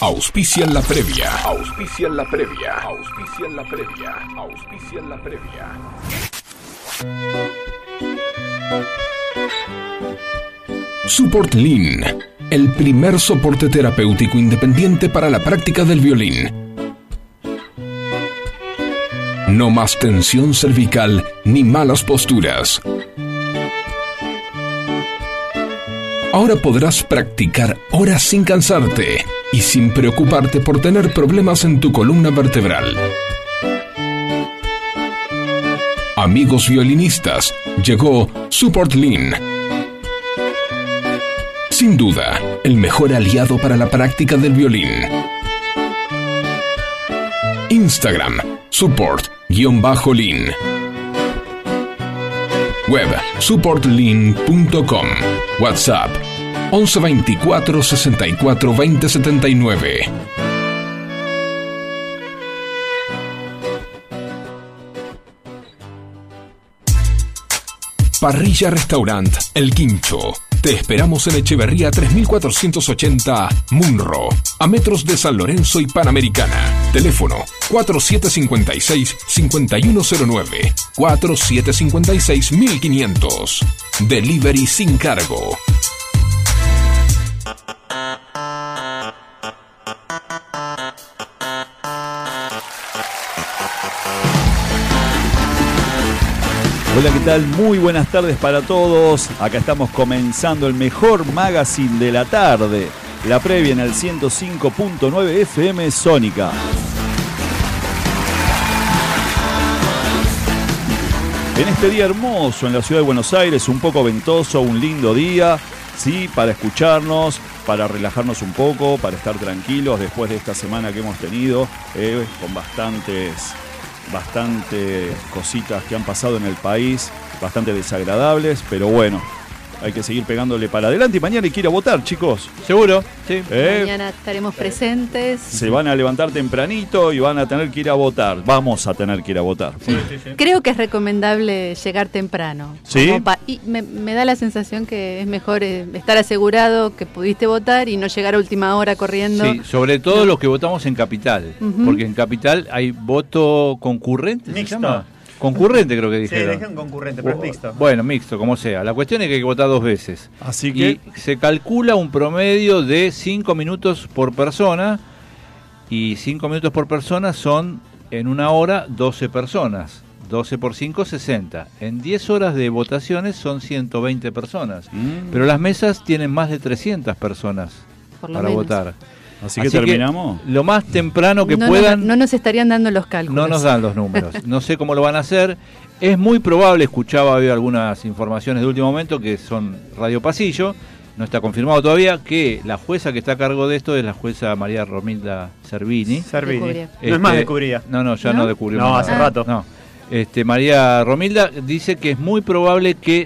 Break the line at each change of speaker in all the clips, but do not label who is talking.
Auspician la previa. Auspician la previa. Auspician la previa. Auspician la previa. Support Lean, el primer soporte terapéutico independiente para la práctica del violín. No más tensión cervical ni malas posturas. Ahora podrás practicar horas sin cansarte y sin preocuparte por tener problemas en tu columna vertebral. Amigos violinistas, llegó Support Lean. Sin duda, el mejor aliado para la práctica del violín. Instagram, support_lean. Web, supportlean.com. WhatsApp, 11 24 64 20 79. Parrilla Restaurant El Quincho. Te esperamos en Echeverría 3480, Munro, a metros de San Lorenzo y Panamericana. Teléfono 4756-5109, 4756-1500. Delivery sin cargo.
Hola, ¿qué tal? Muy buenas tardes para todos. Acá estamos comenzando el mejor magazine de la tarde. La previa en el 105.9 FM Sónica. En este día hermoso en la ciudad de Buenos Aires, un poco ventoso, un lindo día, sí, para escucharnos, para relajarnos un poco, para estar tranquilos después de esta semana que hemos tenido, con bastantes cositas que han pasado en el país, bastante desagradables, pero bueno, hay que seguir pegándole para adelante y mañana hay que ir a votar, chicos. ¿Seguro?
Sí. Mañana estaremos presentes.
Se van a levantar tempranito y van a tener que ir a votar. Vamos a tener que ir a votar.
Sí. Creo que es recomendable llegar temprano.
¿Sí?
Y me da la sensación que es mejor estar asegurado que pudiste votar y no llegar a última hora corriendo.
Sí, sobre todo los que votamos en Capital, porque en Capital hay voto concurrente.
Mixto.
¿Se llama? Concurrente creo que dijeron.
Sí, dijeron concurrente, pero es mixto.
Bueno, mixto, como sea. La cuestión es que hay que votar 2 veces.
Así que...
Y se calcula un promedio de 5 minutos por persona. Y 5 minutos por persona son, en una hora, 12 personas. 12 por 5, 60. En 10 horas de votaciones son 120 personas. Pero las mesas tienen más de 300 personas para votar.
Así que terminamos.
Lo más temprano que puedan.
No nos estarían dando los cálculos.
No nos dan los números. No sé cómo lo van a hacer. Es muy probable, escuchaba hoy algunas informaciones de último momento que son Radio Pasillo, no está confirmado todavía, que la jueza que está a cargo de esto es la jueza María Romilda Servini.
No es más de Cubría.
No, ya no descubrió.
No, hace rato.
No. María Romilda dice que es muy probable que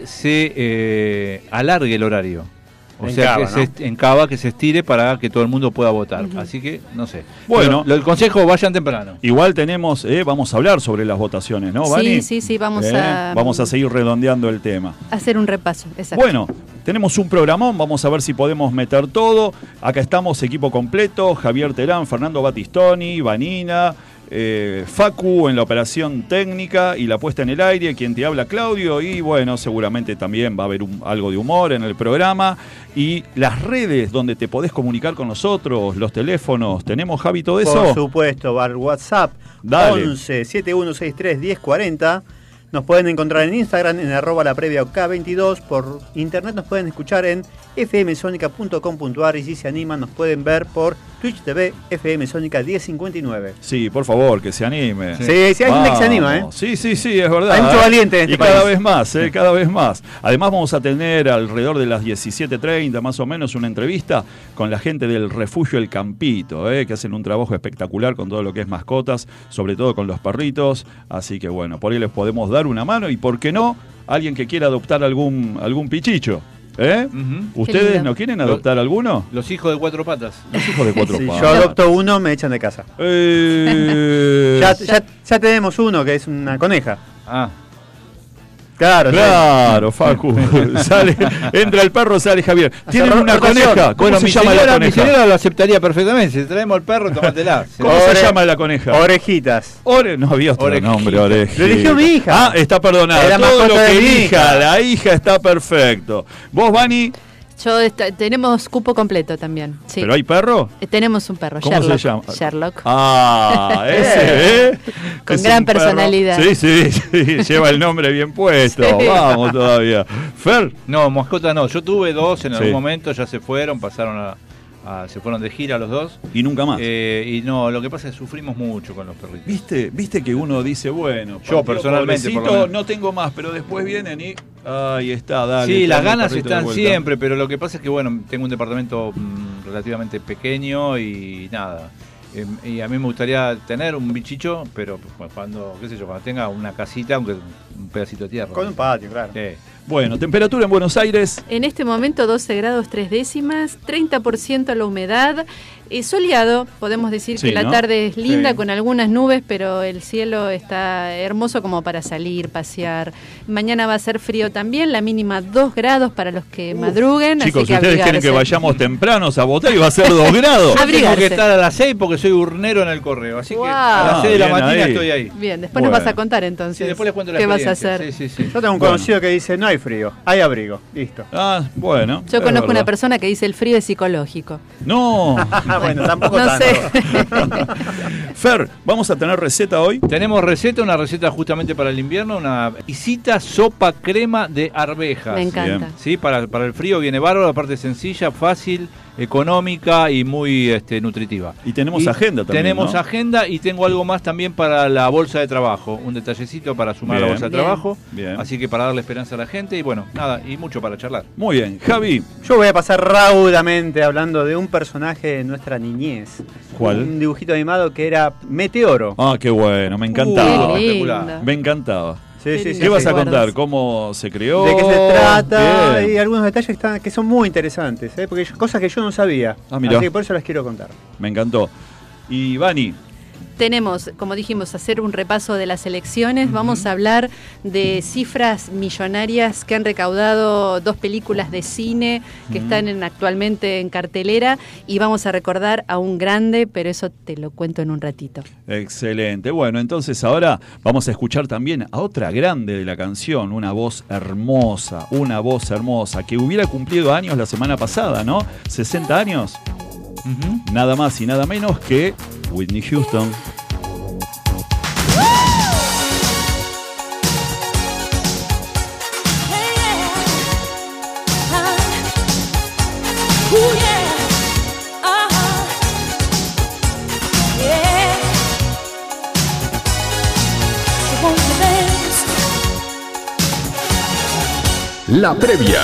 se alargue el horario. O sea, en Cava, que se estire para que todo el mundo pueda votar. Así que, no sé.
Bueno,
el consejo, vayan temprano.
Igual tenemos, vamos a hablar sobre las votaciones, ¿no, Vani?
Sí, vamos
a seguir redondeando el tema.
Hacer un repaso, exacto.
Bueno, tenemos un programón, vamos a ver si podemos meter todo. Acá estamos, equipo completo, Javier Terán, Fernando Battistoni, Vanina, Facu en la operación técnica y la puesta en el aire, quien te habla Claudio, y bueno, seguramente también va a haber algo de humor en el programa, y las redes donde te podés comunicar con nosotros, los teléfonos, ¿tenemos, Javi, todo eso?
Por supuesto, WhatsApp. Dale. 11 7163 1040. Nos pueden encontrar en Instagram en @lapreviaok22. Por internet nos pueden escuchar en fmsonica.com.ar y si se animan nos pueden ver por Twitch TV FM Sónica 1059.
Sí, por favor, que se anime.
Sí, hay gente que se anima, ¿eh?
Sí, es verdad.
Hay mucho valiente en este país.
Cada vez más. Además vamos a tener alrededor de las 17:30 más o menos una entrevista con la gente del Refugio El Campito, que hacen un trabajo espectacular con todo lo que es mascotas, sobre todo con los perritos. Así que bueno, por ahí les podemos dar una mano y por qué no, alguien que quiera adoptar algún pichicho. ¿Ustedes no quieren adoptar alguno?
Los hijos de 4 patas.
Los hijos de 4 patas.
Yo adopto uno, me echan de casa. Ya tenemos uno que es una coneja.
Claro, Facu. Entra el perro, sale Javier. Tienen una coneja. ¿Cómo se llama la coneja?
Mi señora lo aceptaría perfectamente. Si traemos el perro, tómatela.
¿Cómo se llama la coneja?
Orejitas.
No había otro nombre, Orejitas.
Lo eligió mi hija.
Está perdonada. Todo lo que elija la hija está perfecto. ¿Vos, Vani?
Tenemos cupo completo también. Sí.
¿Pero hay perro?
Tenemos un perro,
¿Cómo
Sherlock.
se llama?
Sherlock.
Ese,
Con gran personalidad.
Sí, lleva el nombre bien puesto. Sí. Vamos todavía. ¿Fer?
No, mascota no. Yo tuve 2 en algún momento, ya se fueron, se fueron de gira los 2.
Y nunca más.
Y no, lo que pasa es que sufrimos mucho con los perritos.
¿Viste que uno dice, bueno,
yo personalmente
no tengo más, pero después vienen y ahí está, dale.
Sí, las ganas están siempre, pero lo que pasa es que bueno, tengo un departamento relativamente pequeño y nada. Y a mí me gustaría tener un bichicho, pero cuando tenga una casita, aunque un pedacito de tierra.
Con un patio, claro.
Sí.
Bueno, temperatura en Buenos Aires.
En este momento 12 grados 3 décimas, 30% la humedad. Soleado, podemos decir que la tarde es linda con algunas nubes, pero el cielo está hermoso como para salir, pasear. Mañana va a ser frío también, la mínima 2 grados para los que madruguen.
Chicos,
así que
ustedes quieren que vayamos tempranos a votar y va a ser 2 grados.
Tengo que estar a las 6 porque soy urnero en el correo, así que a las 6 de la mañana estoy ahí.
Bien, después nos vas a contar entonces.
Sí, después les cuento la
¿Qué vas a hacer?
Sí.
Yo tengo un conocido que dice, no hay frío, hay abrigo, listo.
Bueno.
Yo conozco una persona que dice el frío es psicológico.
No.
Bueno, tampoco
no
tanto.
sé.
Fer, ¿vamos a tener receta hoy?
Tenemos una receta justamente para el invierno, una exquisita sopa crema de arvejas.
Me encanta.
Bien.
Sí, para el frío viene bárbaro, aparte sencilla, fácil, económica y muy nutritiva.
Y tenemos agenda también.
Tenemos
¿no?
agenda y tengo algo más también para la bolsa de trabajo, un detallecito para sumar a la bolsa de trabajo.
Bien.
Así que para darle esperanza a la gente y bueno, nada, y mucho para charlar.
Muy bien, Javi.
Yo voy a pasar raudamente hablando de un personaje de nuestra niñez.
¿Cuál?
Un dibujito animado que era Meteoro.
Qué bueno, me encantaba.
Espectacular.
Me encantaba.
Sí.
¿Qué vas a contar? ¿Cómo se creó?
¿De qué se trata?
Bien.
Y algunos detalles que son muy interesantes, porque cosas que yo no sabía.
Mirá.
Así que por eso las quiero contar.
Me encantó. Y Vani.
Tenemos, como dijimos, hacer un repaso de las elecciones. Vamos a hablar de cifras millonarias que han recaudado 2 películas de cine que están actualmente en cartelera. Y vamos a recordar a un grande, pero eso te lo cuento en un ratito.
Excelente. Bueno, entonces ahora vamos a escuchar también a otra grande de la canción. Una voz hermosa, que hubiera cumplido años la semana pasada, ¿no? 60 años. Nada más y nada menos que Whitney Houston.
La previa.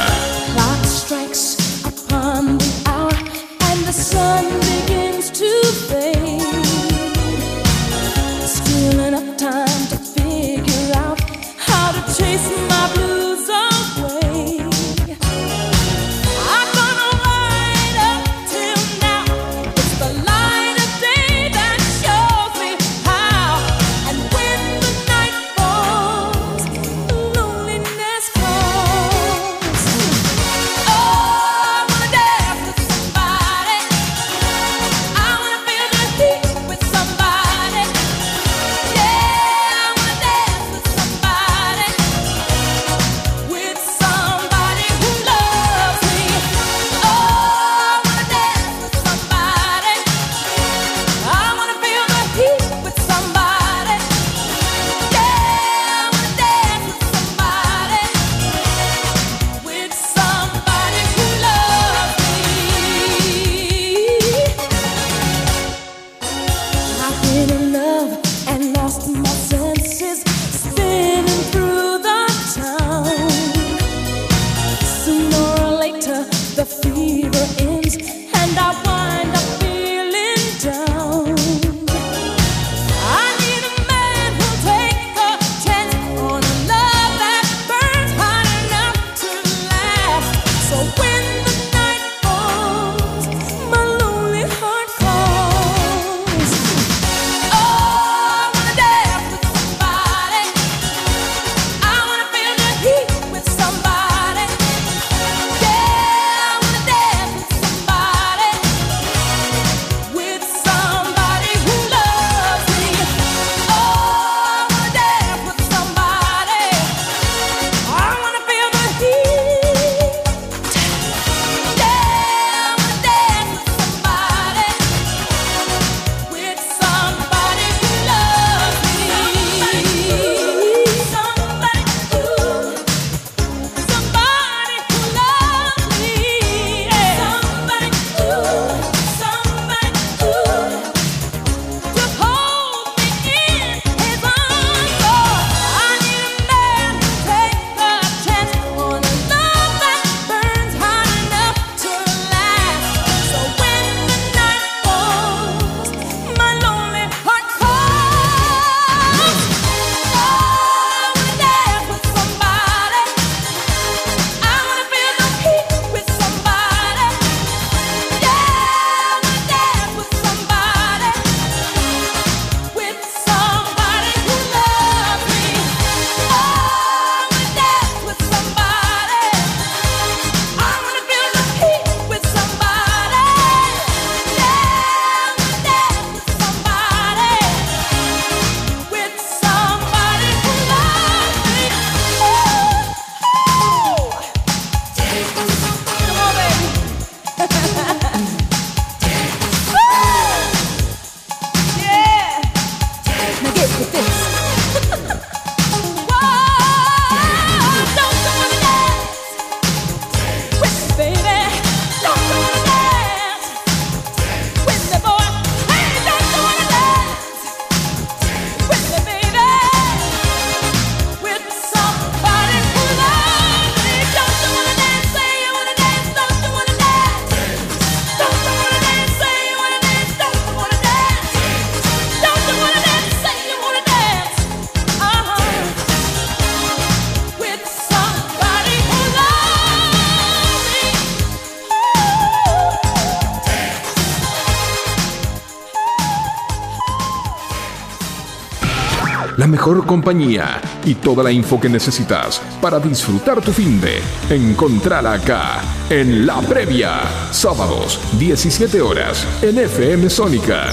la mejor compañía y toda la info que necesitas para disfrutar tu finde. Encontrala acá, en La Previa. Sábados, 17 horas, en FM Sónica.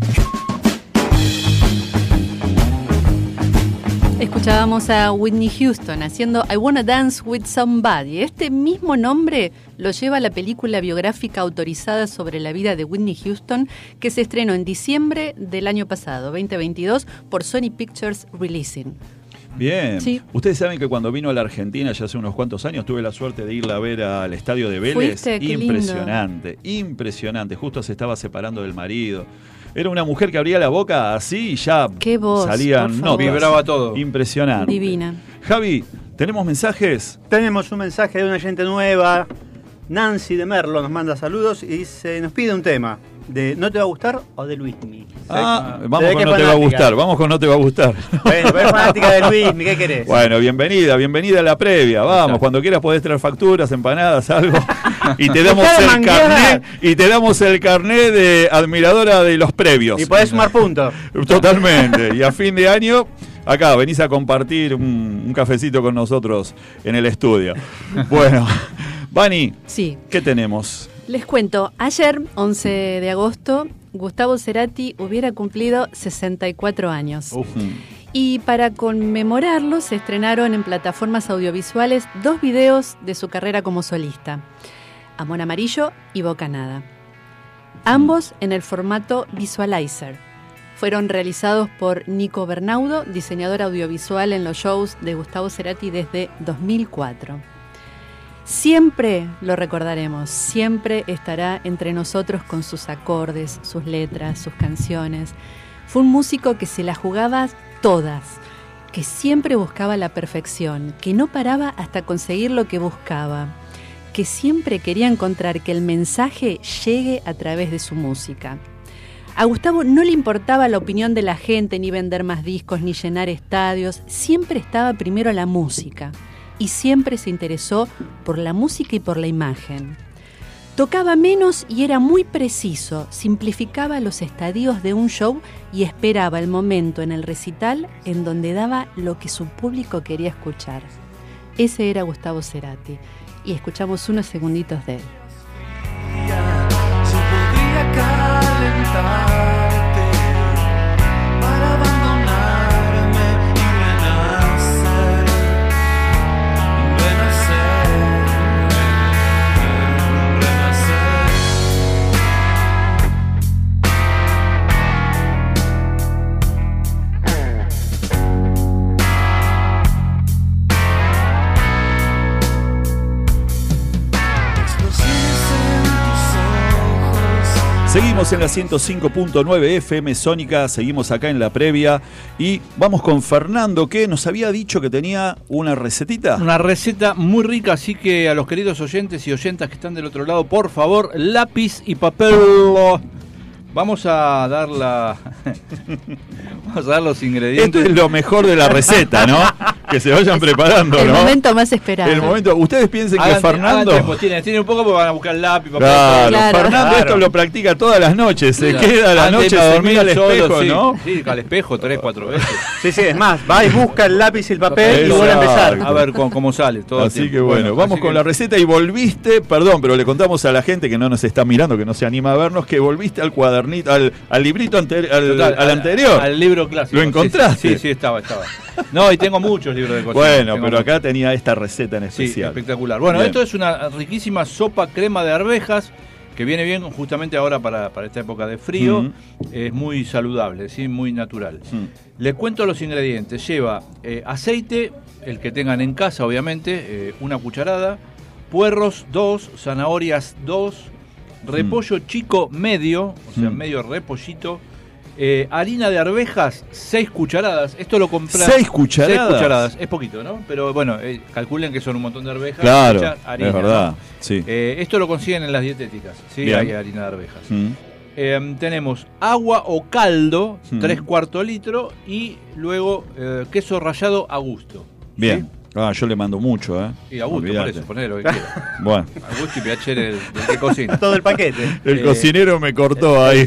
Escuchábamos a Whitney Houston haciendo I Wanna Dance With Somebody. Este mismo nombre lo lleva la película biográfica autorizada sobre la vida de Whitney Houston, que se estrenó en diciembre del año pasado, 2022, por Sony Pictures Releasing.
Bien.
Sí.
Ustedes saben que cuando vino a la Argentina ya hace unos cuantos años tuve la suerte de irla a ver al estadio de Vélez.
¿Fuiste? Qué
Impresionante, impresionante. Justo se estaba separando del marido. Era una mujer que abría la boca así y ya
Qué voz,
salían notas.
Vibraba todo.
Impresionante.
Divina.
Javi, ¿tenemos mensajes?
Tenemos un mensaje de una oyente nueva. Nancy de Merlo nos manda saludos y dice, nos pide un tema de ¿No te va a gustar? O de Luismi.
Vamos
¿De
con
qué
No te va a
fanática?
gustar. Vamos con No te va a gustar.
Bueno, pero es fanática de Luismi, ¿qué querés?
Bueno, bienvenida a la previa. Vamos, cuando quieras podés traer facturas, empanadas, algo. Y te damos el carnet de admiradora de los previos.
Y podés sumar puntos.
Totalmente. Y a fin de año, acá venís a compartir un cafecito con nosotros en el estudio. Bueno, Vani,
Sí.
¿qué tenemos?
Les cuento, ayer, 11 de agosto, Gustavo Cerati hubiera cumplido 64 años. Y para conmemorarlo se estrenaron en plataformas audiovisuales 2 videos de su carrera como solista, Amor Amarillo y Bocanada. Ambos en el formato Visualizer. Fueron realizados por Nico Bernaudo, diseñador audiovisual en los shows de Gustavo Cerati desde 2004. Siempre lo recordaremos, siempre estará entre nosotros con sus acordes, sus letras, sus canciones. Fue un músico que se las jugaba todas, que siempre buscaba la perfección, que no paraba hasta conseguir lo que buscaba, que siempre quería encontrar que el mensaje llegue a través de su música. A Gustavo no le importaba la opinión de la gente, ni vender más discos, ni llenar estadios, siempre estaba primero la música. Y siempre se interesó por la música y por la imagen. Tocaba menos y era muy preciso, simplificaba los estadios de un show y esperaba el momento en el recital en donde daba lo que su público quería escuchar. Ese era Gustavo Cerati, y escuchamos unos segunditos de él.
Yo podía calentarte para abandonarme y renacer.
Seguimos en la 105.9 FM Sónica, seguimos acá en la previa y vamos con Fernando, que nos había dicho que tenía una recetita.
Una receta muy rica, así que a los queridos oyentes y oyentas que están del otro lado, por favor, lápiz y papel. Vamos a dar los ingredientes.
Esto es lo mejor de la receta, ¿no? Que se vayan preparando,
El
¿no?
momento más esperado.
El momento. Ustedes piensen que Fernando...
Tienen un poco porque van a buscar lápiz, papel.
Claro, Fernando esto lo practica todas las noches. Se queda a la noche a dormir al espejo,
sí,
¿no?
Sí, al espejo 3-4 veces.
Sí, es más, va y busca el lápiz y el papel y vuelve a empezar.
A ver cómo sale todo.
Así que bueno, vamos con la receta y volviste, perdón, pero le contamos a la gente que no nos está mirando, que no se anima a vernos, que volviste al cuadernito, al librito al anterior.
Al libro clásico.
¿Lo encontraste?
Sí, estaba. No, y tengo muchos libros de cocina.
Bueno, pero acá tenía esta receta en especial.
Sí, espectacular. Bueno,
Bien.
esto es una riquísima sopa crema de arvejas que viene bien justamente ahora para esta época de frío. Es muy saludable, ¿sí? Muy natural. Les cuento los ingredientes. Lleva aceite, el que tengan en casa, obviamente, una cucharada, puerros 2, zanahorias 2, repollo chico medio, o sea, medio repollito, harina de arvejas 6 cucharadas. Esto lo compras.
6 cucharadas.
6 cucharadas, es poquito, ¿no? Pero bueno, calculen que son un montón de arvejas.
Claro,
mucha harina,
es verdad.
¿no?
Sí.
Esto lo consiguen en las dietéticas, ¿sí?
Bien.
Hay harina de arvejas. Tenemos agua o caldo, 3/4 litro, y luego queso rallado a gusto.
Bien.
¿sí?
Yo le mando mucho,
Y a gusto, por eso, ponele lo que quiera.
Bueno.
A gusto y piacere del que cocina.
Todo el paquete.
El cocinero me cortó ahí.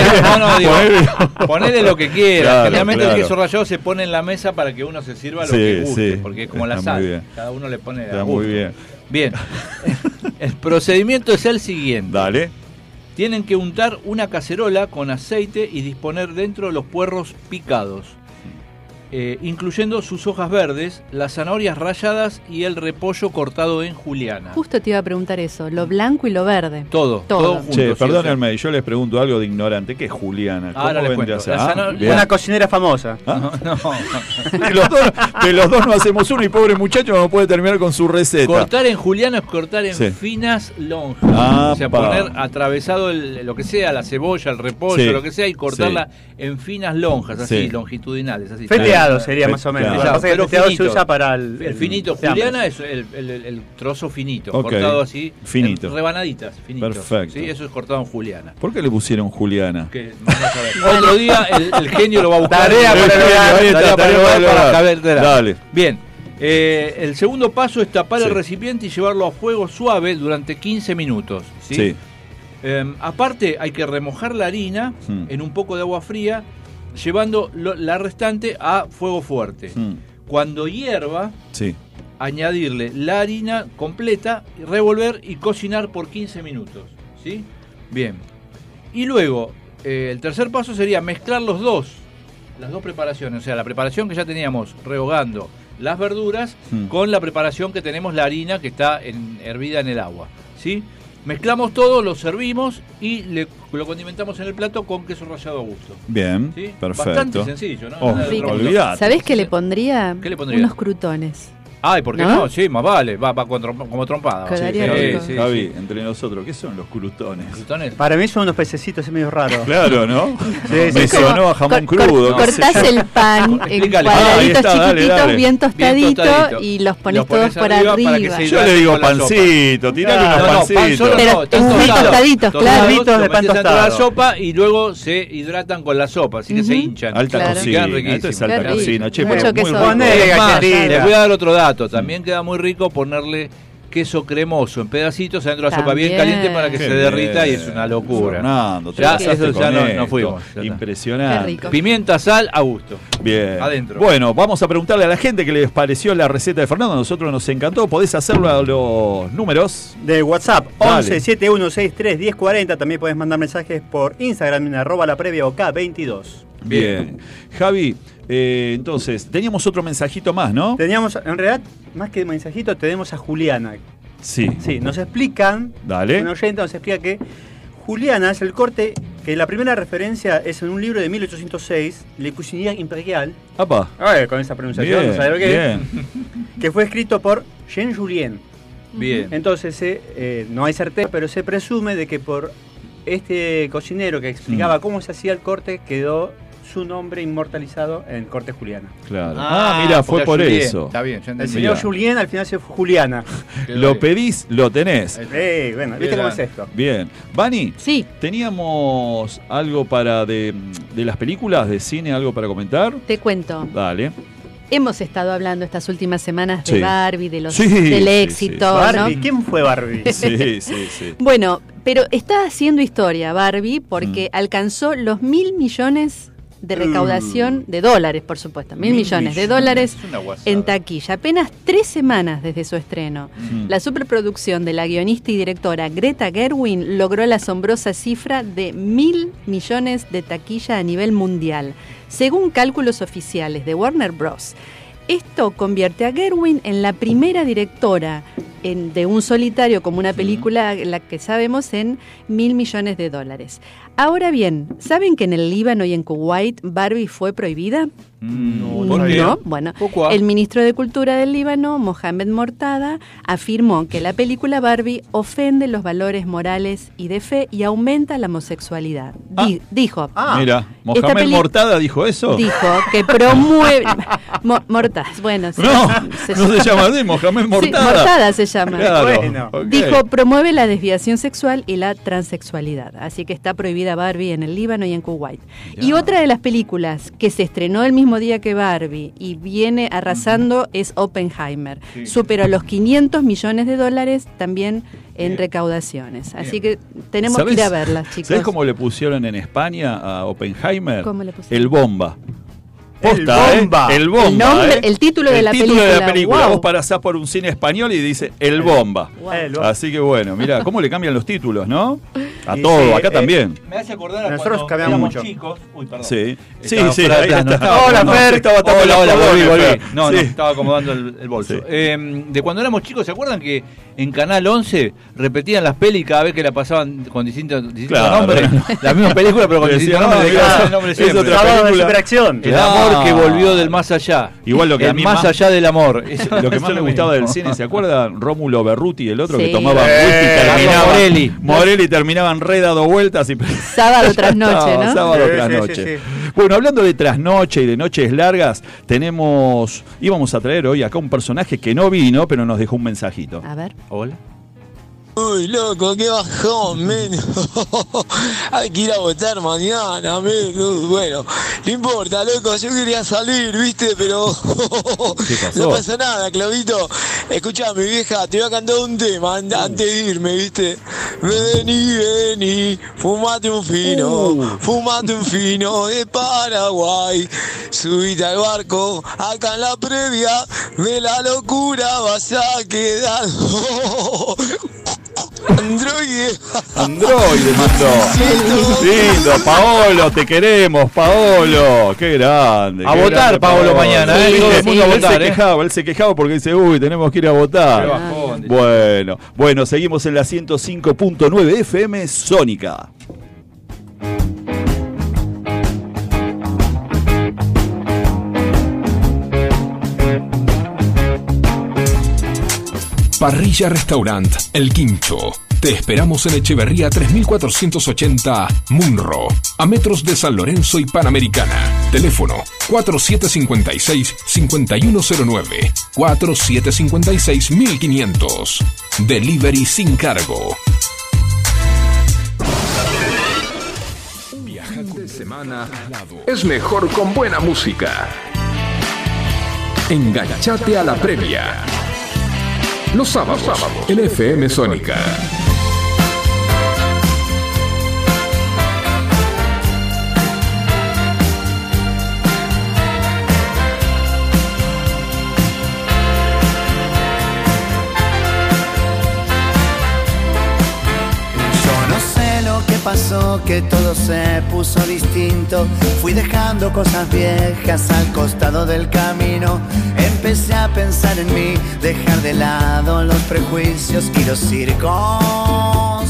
Ponele lo que quiera.
Claro,
Generalmente
claro.
el queso rallado se pone en la mesa para que uno se sirva lo que guste, porque es como la
Está muy
sal.
bien.
Cada uno le pone
Está
a gusto.
muy bien.
Bien. El procedimiento es el siguiente.
Dale.
Tienen que untar una cacerola con aceite y disponer dentro los puerros picados, incluyendo sus hojas verdes, las zanahorias ralladas y el repollo cortado en juliana.
Justo te iba a preguntar eso, lo blanco y lo verde.
Todo junto.
Che,
sí,
perdónenme, yo les pregunto algo de ignorante. ¿Qué es Juliana?
Ahora les
vendría
cuento.
a ser?
La zanahoria-
Bien.
Una cocinera famosa.
No.
De los dos no hacemos uno y pobre muchacho no puede terminar con su receta.
Cortar en juliana es cortar en
Sí.
finas lonjas.
Ah,
O sea,
pa.
poner atravesado lo que sea, la cebolla, el repollo,
Sí.
lo que sea, y cortarla en finas lonjas, así,
Sí.
longitudinales. Así.
Feteado sería más o menos.
Claro.
Lo que pasa es que
Pero
el feteado se
finito.
usa para el
Finito,
hambre.
juliana es el trozo finito,
Ok.
cortado así,
Finito.
en rebanaditas, finitos.
Perfecto.
Sí, eso es cortado en juliana.
¿Por qué le pusieron Juliana?
Que vamos a ver. Otro día el genio lo va a buscar.
Tarea para el hogar,
ahí está,
Tarea para el
tarea
hogar
para el
para
hogar.
Javier.
Dale.
Bien. El segundo paso es tapar
Sí.
el recipiente y llevarlo a fuego suave durante 15 minutos. ¿sí?
Sí.
Aparte, hay que remojar la harina en un poco de agua fría, llevando la restante a fuego fuerte. Cuando hierva,
Sí.
añadirle la harina completa, revolver y cocinar por 15 minutos. ¿Sí? Bien. Y luego, el tercer paso sería mezclar las dos preparaciones. O sea, la preparación que ya teníamos rehogando las verduras con la preparación que tenemos la harina que está hervida en el agua. ¿Sí? Mezclamos todo, lo servimos y lo condimentamos en el plato con queso rallado a gusto.
Bien,
¿Sí?
perfecto.
Bastante sencillo, ¿no?
Oh,
Nada de otro mundo.
olvidate.
¿Sabés qué le pondría?
¿Qué le pondría?
Unos crutones.
Ay, ¿por qué
¿No?
no? Sí, más vale. Va como trompada.
Quedaría
Javi,
rico.
Javi, entre nosotros, ¿qué son los crutones?
¿Crutones?
Para mí son unos pececitos así medio raros.
Claro, ¿no?
Sí,
Me
sí.
sonó a jamón crudo. qué sé
Cortás
yo.
el pan en
Explícale.
cuadraditos
ahí está, dale,
chiquititos,
dale.
bien tostaditos,
tostadito.
y los pones
Los pones
todos por
arriba para que
arriba.
se
Yo le digo
con la sopa.
pancito, tirale
No,
unos
No, pan
pancitos.
solo
Pero
no, están
muy tostaditos, claro.
Cubitos de
lo
pan
metes dentro de la
tostado.
sopa y luego se hidratan con la sopa, así que se hinchan.
Alta
Claro.
Y
cocina,
quedan riquísimos.
esto es alta
Qué rico.
cocina. Che,
Mucho
pero muy
queso.
rico.
Ponele
Es más,
galletita.
les voy a dar otro dato. También queda muy rico ponerle queso cremoso en pedacitos adentro de la sopa bien
También.
caliente para que
Qué
se derrita y
bien.
es una locura.
Fernando, te
Ya,
pasaste
eso ya
con
no
esto.
fuimos. Ya está.
Impresionante.
Qué rico.
Pimienta, sal, a gusto.
Bien.
Adentro.
Bueno, vamos a preguntarle a la gente qué les pareció la receta de Fernando. A nosotros nos encantó. Podés hacerlo a los números.
De WhatsApp,
Dale.
11 7163 1040. También podés mandar mensajes por Instagram en @lapreviaok22.
Bien. Javi, entonces, teníamos otro mensajito más, ¿no?
Teníamos, en realidad, más que mensajito, tenemos a Juliana.
Sí.
Sí, nos explican,
Dale.
un oyente nos explica que Juliana es el corte, que la primera referencia es en un libro de 1806, Le Cuisinier Imperial.
Apa.
A ver, con esa pronunciación,
Bien,
no sabe lo que es.
bien.
Que fue escrito por Jean Julien.
Bien.
Entonces, no hay certeza, pero se presume de que por este cocinero que explicaba cómo se hacía el corte, quedó su nombre inmortalizado en Corte Juliana.
Claro. Mira, fue
porque
por
Julien.
eso.
Está bien, ya
El
entendí.
señor
Mirá.
Julien al final se fue Juliana.
Lo pedís, lo tenés.
Bueno, ¿viste cómo es esto?
Bien. Vani,
Sí,
¿teníamos algo para de las películas, de cine, algo para comentar?
te cuento.
Dale.
Hemos estado hablando estas últimas semanas de
Sí.
Barbie, del
Sí,
éxito, ¿no?
Barbie, ¿quién fue Barbie?
Sí, sí, sí.
Bueno, pero está haciendo historia Barbie porque alcanzó los 1.000 millones de recaudación de dólares, por supuesto, 1.000 millones de dólares
Es una guasada.
en taquilla. Apenas 3 semanas desde su estreno. La superproducción de la guionista y directora Greta Gerwig logró la asombrosa cifra de 1.000 millones de taquilla a nivel mundial, según cálculos oficiales de Warner Bros. Esto convierte a Gerwig en la primera directora de un solitario como una película, la que sabemos, en 1.000 millones de dólares. Ahora bien, ¿saben que en el Líbano y en Kuwait Barbie fue prohibida?
¿Por qué?
No, bueno,
Pourquoi?
el ministro de Cultura del Líbano, Mohamed Mortada, afirmó que la película Barbie ofende los valores morales y de fe y aumenta la homosexualidad. Dijo,
Ah,
Mira, Mohamed
peli-
Mortada dijo eso.
dijo que promueve, Mortadas, bueno. Sí,
No se llama así, Mohamed Mortada.
Sí, Mortada se llama.
Claro.
Bueno.
Ok.
Dijo, promueve la desviación sexual y la transexualidad. Así que está prohibida Barbie en el Líbano y en Kuwait. Y otra de las películas que se estrenó el mismo día que Barbie y viene arrasando es Oppenheimer.
Sí.
Superó los $500 millones también en recaudaciones. Así que tenemos que ir a verla, chicos.
¿Sabés cómo le pusieron en España a Oppenheimer?
¿Cómo le pusieron?
El Bomba.
El Bomba.
El Bomba.
El nombre- el título de la
título de la
película.
película.
Wow.
Vos parás por un cine español y dice El Bomba.
Wow.
El Bomba.
Así que bueno, mira, cómo le cambian los títulos, ¿no? A
Y
todo,
sí,
acá también.
Me hace acordar a
Nosotros
cuando
cambiamos
éramos
mucho.
chicos. Uy, perdón.
Sí, sí,
Estaba
sí.
fuera de
Ahí
plano.
está.
Hola,
No,
Fer.
estaba tapando
Hola,
los
volví.
cordones, Fer.
No,
Sí.
estaba acomodando el bolso.
Sí.
De cuando éramos chicos, ¿se acuerdan que en Canal 11 repetían las pelis cada vez que la pasaban con distintos
Claro.
nombres? La misma película, pero con
Le
distintos
decían,
nombres.
no,
Cada
mira,
nombre
es
siempre.
otra
Sábado de
película.
Superación.
El amor que volvió del más allá.
Igual lo que a
el
mí
más
más-
allá del amor. Eso-
Lo que más
eso
me
es
gustaba
mismo.
del cine, ¿se acuerdan? Rómulo Berruti, el otro que
Sí.
tomaba whisky y terminaba.
Morelli.
Morelli terminaba en re dado vueltas y
Sábado tras noche, ¿no?
Sábado
Sí,
tras
sí,
noche.
sí, sí.
Bueno, hablando de trasnoche y de noches largas, íbamos a traer hoy acá un personaje que no vino, pero nos dejó un mensajito.
A ver.
Hola.
Uy, loco, qué bajón, men. Hay que ir a votar mañana, men. Bueno, no importa, loco, yo quería salir, ¿viste? Pero
¿Qué pasó?
no pasa nada, Clavito. Escuchame, vieja, te voy a cantar un tema antes de irme, ¿viste? Vení, fumate un fino de Paraguay. Subite al barco, acá en la previa de la locura vas a quedar.
Androide mandó. Lindo, Paolo, te queremos, Paolo. Qué grande.
A
qué
votar,
grande,
Paolo, mañana,
Sí,
todo el mundo a
él
votar,
él se quejaba porque dice, uy, tenemos que ir a votar.
Qué bajón.
Bueno, seguimos en la 105.9 FM Sónica.
Parrilla Restaurant El Quincho. Te esperamos en Echeverría 3480 Munro, a metros de San Lorenzo y Panamericana. Teléfono 4756-5109, 4756-1500. Delivery sin cargo. Viaja con semana es mejor con buena música. Enganchate a la previa. Los sábados en FM Sónica.
Yo no sé lo que pasó, que todo se puso distinto. Fui dejando cosas viejas al costado del camino. Empecé a pensar en mí, dejar de lado los prejuicios y los circos.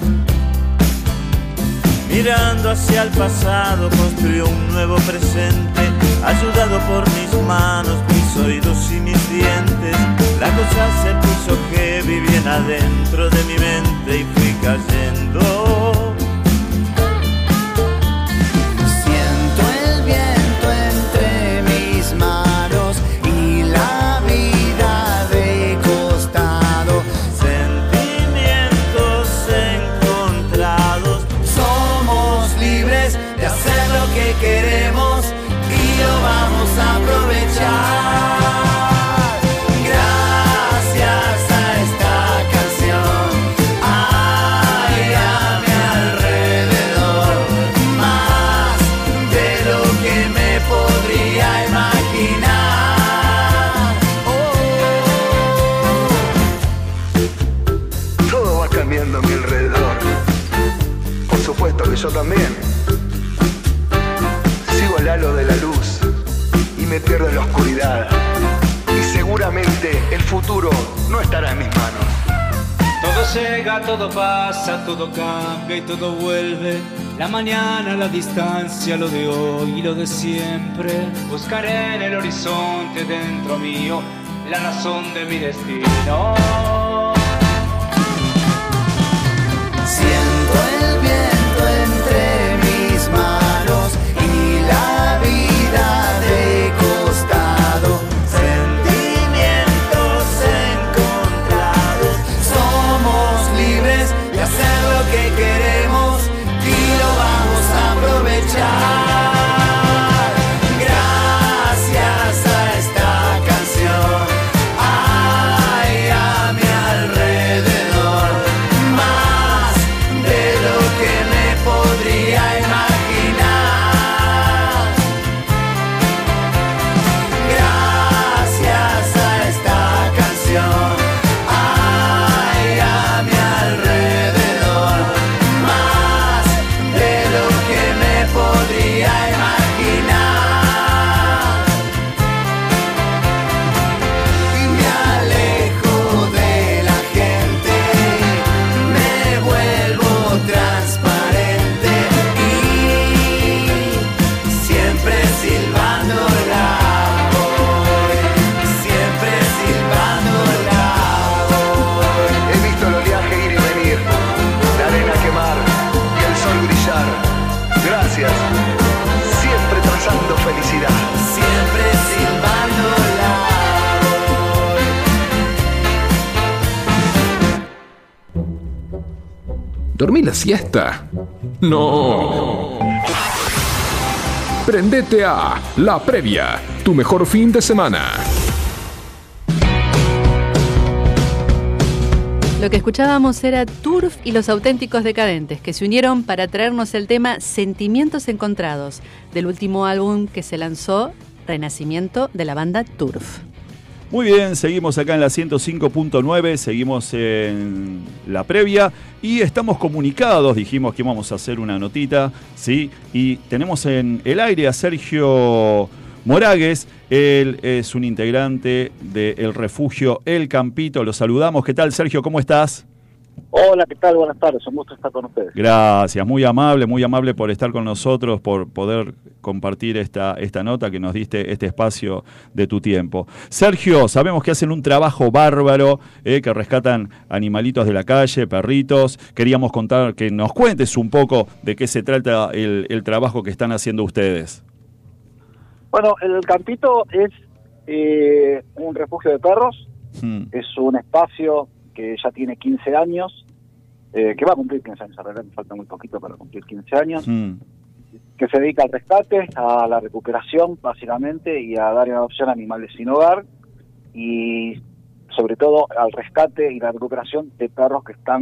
Mirando hacia el pasado, construyó un nuevo presente, ayudado por mis manos, mis oídos y mis dientes. La cosa se puso heavy bien adentro de mi mente y fui cayendo.
Siento el viento entre mis manos y la vida de costado.
Sentimientos encontrados.
Somos libres de hacer lo que queremos y lo vamos a aprovechar. Gracias a esta canción hay a mi alrededor más de lo que me podría imaginar.
Todo va cambiando a mi alrededor. Por supuesto que yo también. Sigo el halo de la luz y me pierdo en la oscuridad. Y seguramente el futuro no estará en mis manos.
Todo llega, todo pasa, todo cambia y todo vuelve. La mañana, la distancia, lo de hoy y lo de siempre. Buscaré en el horizonte dentro mío la razón de mi destino.
Siento el viento entre mis manos y la vida de costado.
¿Dormí la siesta? No. Prendete a La Previa, tu mejor fin de semana.
Lo que escuchábamos era Turf y los Auténticos Decadentes, que se unieron para traernos el tema Sentimientos Encontrados, del último álbum que se lanzó, Renacimiento, de la banda Turf.
Muy bien, seguimos acá en la 105.9, seguimos en La Previa y estamos comunicados, dijimos que íbamos a hacer una notita, ¿sí? Y tenemos en el aire a Sergio Moragues. Él es un integrante del refugio El Campito. Lo saludamos. ¿Qué tal, Sergio? ¿Cómo estás?
Hola, ¿qué tal? Buenas tardes. Un gusto estar con ustedes.
Gracias. Muy amable por estar con nosotros, por poder compartir esta nota, que nos diste este espacio de tu tiempo. Sergio, sabemos que hacen un trabajo bárbaro, que rescatan animalitos de la calle, perritos. Queríamos contar, que nos cuentes un poco de qué se trata el trabajo que están haciendo ustedes.
Bueno, el Campito es un refugio de perros, es un espacio que ya tiene 15 años, que va a cumplir 15 años, en realidad me falta muy poquito para cumplir 15 años, que se dedica al rescate, a la recuperación básicamente, y a dar en adopción a animales sin hogar, y sobre todo al rescate y la recuperación de perros que están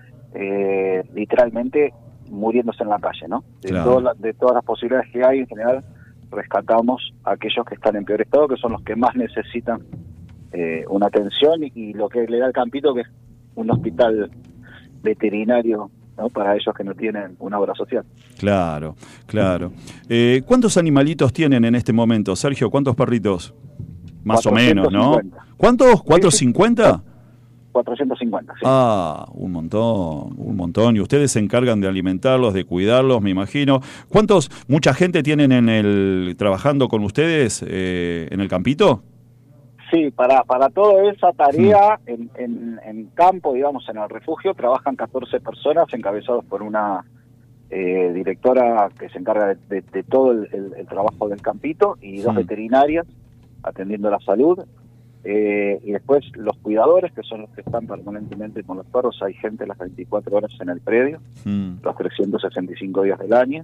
literalmente muriéndose en la calle, ¿no?
Claro.
De todas las posibilidades que hay en general, rescatamos a aquellos que están en peor estado, que son los que más necesitan una atención, y lo que le da el Campito, que es un hospital veterinario, ¿no? Para ellos que no tienen una obra social.
Claro. ¿Cuántos animalitos tienen en este momento, Sergio? ¿Cuántos perritos? Más 450. O menos, ¿no? ¿Cuántos? ¿450?
450, sí.
Ah, un montón. Y ustedes se encargan de alimentarlos, de cuidarlos, me imagino. ¿Mucha gente tienen trabajando con ustedes en el Campito?
Sí, para toda esa tarea en campo, digamos, en el refugio, trabajan 14 personas encabezados por una directora que se encarga de todo el trabajo del Campito, y 2 veterinarias atendiendo la salud. Y después los cuidadores, que son los que están permanentemente con los perros. Hay gente las 24 horas en el predio, los 365 días del año.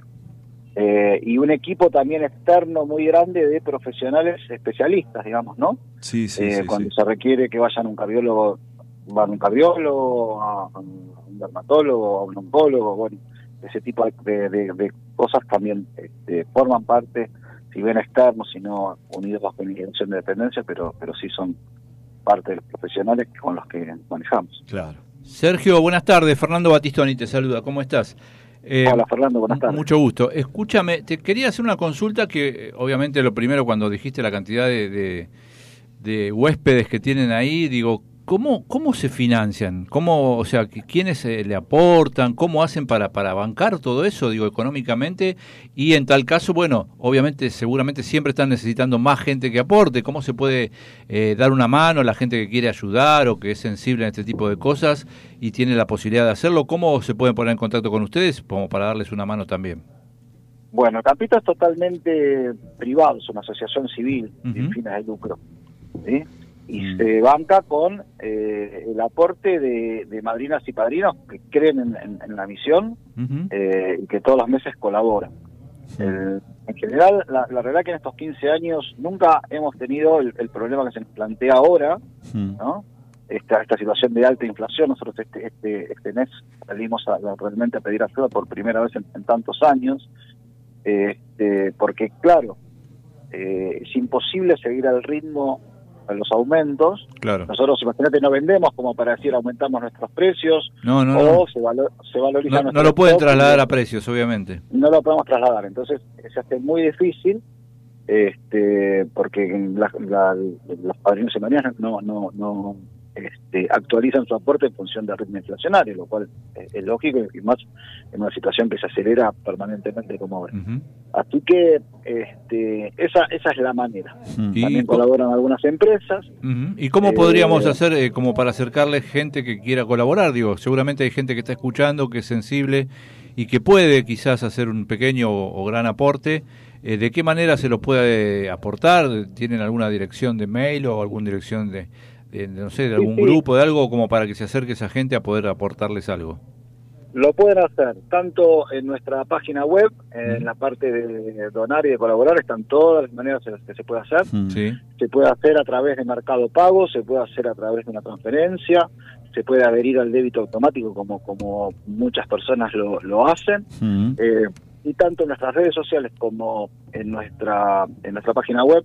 Y un equipo también externo muy grande de profesionales especialistas, digamos, ¿no?
Sí.
Cuando se requiere que vayan un cardiólogo, van un cardiólogo, a un dermatólogo, a un oncólogo, bueno, ese tipo de cosas también forman parte, si bien externos, sino unidos bajo una dirección de dependencia, pero sí son parte de los profesionales con los que manejamos.
Claro.
Sergio, buenas tardes. Fernando Batistoni te saluda. ¿Cómo estás?
Hola, Fernando, buenas tardes.
Mucho gusto. Escúchame, te quería hacer una consulta que, obviamente, lo primero, cuando dijiste la cantidad de huéspedes que tienen ahí, digo, ¿cómo se financian? O sea, ¿quiénes le aportan? ¿Cómo hacen para bancar todo eso, digo, económicamente? Y en tal caso, bueno, obviamente, seguramente siempre están necesitando más gente que aporte. ¿Cómo se puede dar una mano a la gente que quiere ayudar o que es sensible a este tipo de cosas y tiene la posibilidad de hacerlo? ¿Cómo se pueden poner en contacto con ustedes como para darles una mano también?
Bueno, el Campito es totalmente privado, es una asociación civil sin fines de lucro, ¿sí? Y se banca con el aporte de madrinas y padrinos que creen en la misión y que todos los meses colaboran. En general, la realidad es que en estos 15 años nunca hemos tenido el problema que se nos plantea ahora, ¿no? Esta situación de alta inflación. Nosotros este mes salimos realmente a pedir ayuda por primera vez en tantos años, porque claro, es imposible seguir al ritmo a los aumentos.
Claro.
Nosotros, imagínate, no vendemos como para decir aumentamos nuestros precios, se valoriza
no lo pueden trasladar a precios, obviamente.
No lo podemos trasladar, entonces se hace muy difícil, porque los padrinos y madrinas no actualizan su aporte en función del ritmo inflacionario, lo cual es lógico, y más en una situación que se acelera permanentemente como ahora. Así que esa es la manera. También colaboran algunas empresas.
¿Y cómo podríamos hacer como para acercarle gente que quiera colaborar? Digo, seguramente hay gente que está escuchando, que es sensible y que puede quizás hacer un pequeño o gran aporte. ¿De qué manera se los puede aportar? ¿Tienen alguna dirección de mail o alguna dirección de algún grupo, de algo, como para que se acerque esa gente a poder aportarles algo?
Lo pueden hacer tanto en nuestra página web, en la parte de donar y de colaborar, están todas las maneras en las que se puede hacer.
Sí.
Se puede hacer a través de Mercado Pago, se puede hacer a través de una transferencia, se puede adherir al débito automático como muchas personas lo hacen. Y tanto en nuestras redes sociales como en nuestra página web,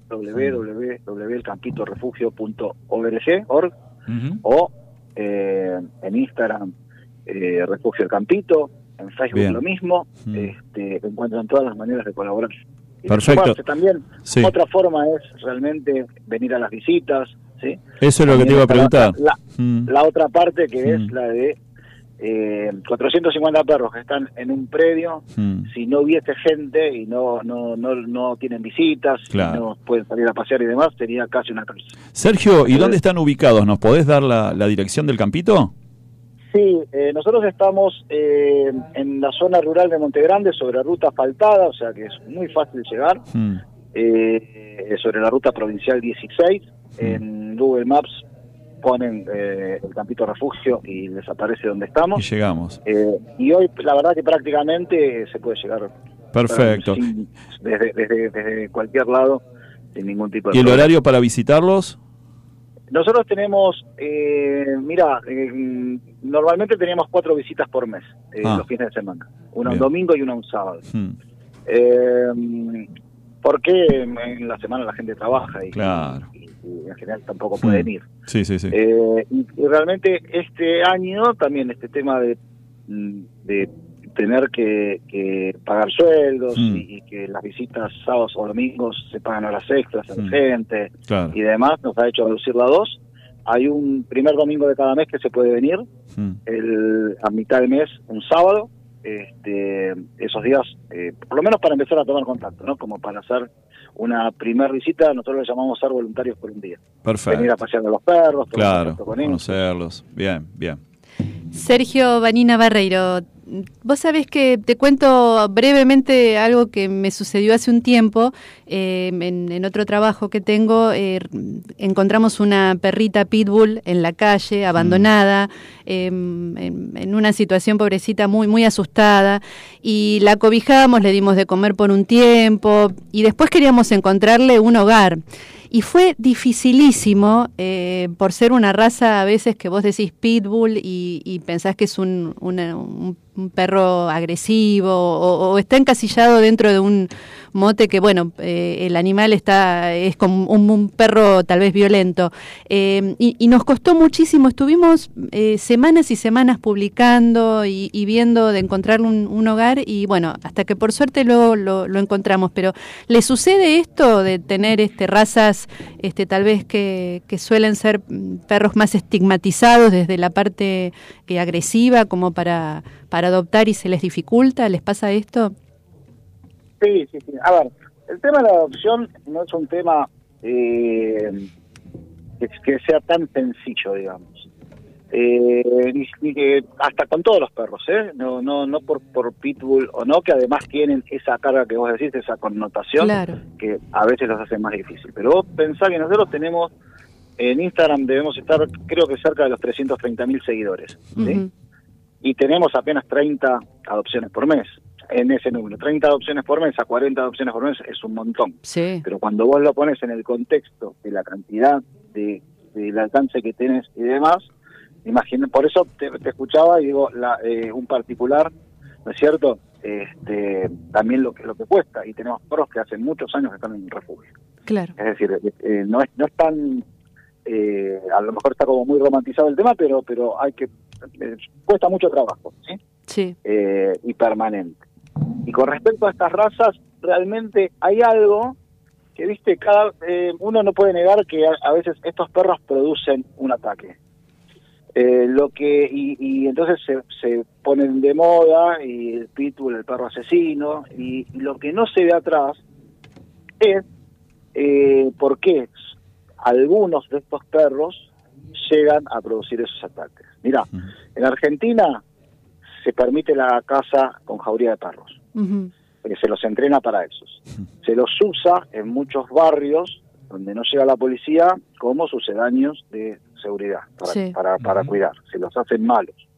www.elcampitorefugio.org, o en Instagram, Refugio El Campito, en Facebook Bien. Lo mismo, encuentran todas las maneras de colaborar. Y
Perfecto.
También otra forma es realmente venir a las visitas, ¿sí?
Eso es lo que te iba a preguntar.
La otra parte que es la de 450 perros que están en un predio, si no hubiese gente y no tienen visitas, claro. No pueden salir a pasear y demás, sería casi una cárcel.
Sergio, ¿y dónde están ubicados? ¿Nos podés dar la dirección del campito?
Sí, nosotros estamos en la zona rural de Monte Grande, sobre ruta asfaltada, o sea que es muy fácil llegar, sobre la ruta provincial 16, en Google Maps ponen el Campito Refugio y les aparece donde estamos.
Y llegamos.
Y hoy, la verdad que prácticamente se puede llegar.
Perfecto.
Desde cualquier lado, sin ningún tipo de
¿Y el
problema.
horario para visitarlos?
Nosotros tenemos, normalmente teníamos 4 visitas por mes, los fines de semana. Una un domingo y una un sábado. Porque en la semana la gente trabaja y en general tampoco pueden ir.
Sí.
Y realmente este año también este tema de tener que pagar sueldos y que las visitas sábados o domingos se pagan horas extras a la gente y demás, nos ha hecho reducirla a 2. Hay un primer domingo de cada mes que se puede venir, a mitad del mes, un sábado. Esos días, por lo menos para empezar a tomar contacto, ¿no? Como para hacer una primer visita, nosotros le llamamos ser voluntarios por un día.
Perfecto.
Venir a pasear a los perros,
conocerlos. Bien.
Sergio Vanina Barreiro, vos sabés que te cuento brevemente algo que me sucedió hace un tiempo. En otro trabajo que tengo, encontramos una perrita pitbull en la calle, abandonada, en una situación pobrecita muy, muy asustada, y la cobijamos, le dimos de comer por un tiempo, y después queríamos encontrarle un hogar. Y fue dificilísimo, por ser una raza a veces que vos decís pitbull y pensás que es un perro agresivo o está encasillado dentro de un mote que, bueno, el animal es como un perro tal vez violento. Y nos costó muchísimo, estuvimos semanas y semanas publicando y viendo de encontrarle un hogar, y bueno, hasta que por suerte luego lo encontramos. Pero ¿le sucede esto de tener razas tal vez que suelen ser perros más estigmatizados desde la parte agresiva como para adoptar y se les dificulta? ¿Les pasa esto?
Sí. A ver, el tema de la adopción no es un tema que sea tan sencillo, digamos. Ni que hasta con todos los perros, no por pitbull o no, que además tienen esa carga que vos decís, esa connotación, que a veces los hace más difícil. Pero vos pensá que nosotros tenemos, en Instagram debemos estar, creo que cerca de los 330.000 seguidores, ¿sí? Y tenemos apenas 30 adopciones por mes. En ese número, 30 adopciones por mes a 40 adopciones por mes es un montón.
Sí.
Pero cuando vos lo pones en el contexto de la cantidad del alcance que tenés y demás, imagina, por eso te escuchaba y digo, un particular, ¿no es cierto? También lo que cuesta, y tenemos perros que hace muchos años que están en un refugio.
Claro. Es
decir, no es tan, a lo mejor está como muy romantizado el tema, pero hay que, cuesta mucho trabajo, ¿sí?
Sí.
Y permanente. Y con respecto a estas razas, realmente hay algo que, viste, uno no puede negar que a veces estos perros producen un ataque. Y entonces se ponen de moda, y el pitbull, el perro asesino, y lo que no se ve atrás es por qué algunos de estos perros llegan a producir esos ataques. Mirá, en Argentina se permite la caza con jauría de perros, porque se los entrena para esos. Se los usa en muchos barrios donde no llega la policía como sucedáneos de seguridad, para cuidar, se los hacen malos.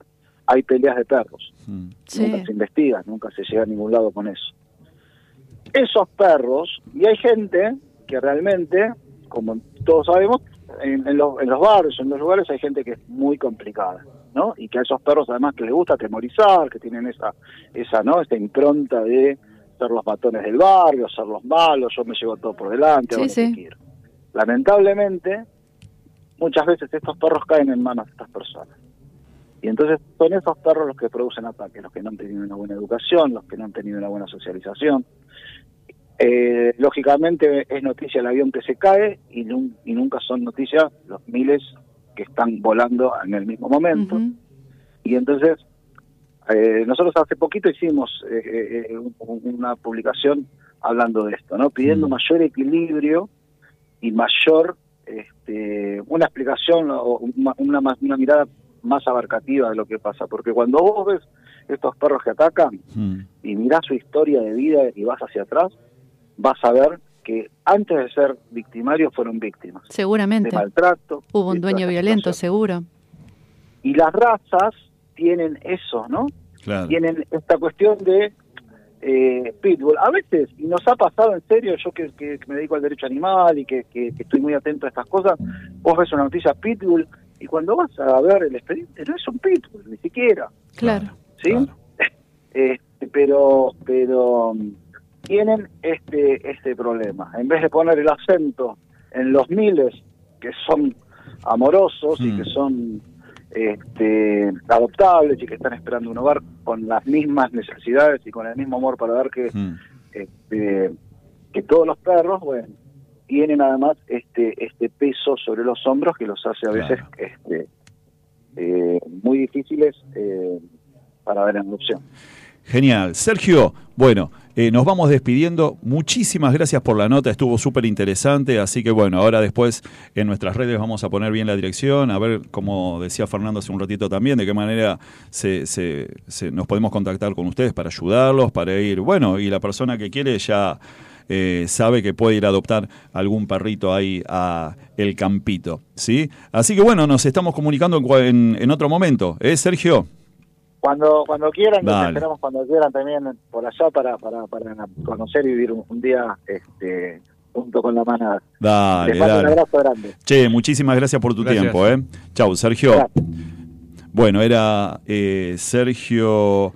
hay peleas de perros.
Sí.
Nunca se investiga, nunca se llega a ningún lado con eso. Esos perros, y hay gente que realmente, como todos sabemos, en los barrios, en los lugares hay gente que es muy complicada, ¿no? Y que a esos perros además que les gusta atemorizar, que tienen esa impronta de ser los matones del barrio, ser los malos, yo me llevo todo por delante, hago lo que quiero. Lamentablemente, muchas veces estos perros caen en manos de estas personas. Y entonces son esos perros los que producen ataques, los que no han tenido una buena educación, los que no han tenido una buena socialización. Lógicamente es noticia el avión que se cae y nunca son noticias los miles que están volando en el mismo momento. Uh-huh. Y entonces nosotros hace poquito hicimos una publicación hablando de esto, ¿no? Pidiendo mayor equilibrio y mayor una explicación o una mirada más abarcativa de lo que pasa, porque cuando vos ves estos perros que atacan y mirás su historia de vida y vas hacia atrás, vas a ver que antes de ser victimarios fueron víctimas.
Seguramente.
De maltrato.
Hubo un dueño violento, seguro.
Y las razas tienen eso, ¿no?
Claro.
Tienen esta cuestión de pitbull. A veces, y nos ha pasado en serio, yo que me dedico al derecho animal y que estoy muy atento a estas cosas, vos ves una noticia pitbull y cuando vas a ver el expediente no es un pitbull, ni siquiera.
Claro.
¿Sí?
Claro.
Pero tienen este problema. En vez de poner el acento en los miles que son amorosos y que son adoptables y que están esperando un hogar con las mismas necesidades y con el mismo amor para dar que todos los perros, bueno, tienen además este peso sobre los hombros que los hace a veces muy difíciles para ver en adopción.
Genial. Sergio, bueno, nos vamos despidiendo. Muchísimas gracias por la nota, estuvo súper interesante, así que bueno, ahora después en nuestras redes vamos a poner bien la dirección, a ver, como decía Fernando hace un ratito también, de qué manera nos podemos contactar con ustedes para ayudarlos, para ir, bueno, y la persona que quiere ya sabe que puede ir a adoptar algún perrito ahí a El Campito, ¿sí? Así que bueno, nos estamos comunicando en otro momento, Sergio?
Cuando quieran,
Dale.
nos esperamos cuando quieran también por allá para conocer y vivir un día junto con la manada.
Dale,
Les mando
dale.
un abrazo grande.
Che, muchísimas gracias por tu tiempo, Chau, Sergio.
Gracias.
Bueno, era Sergio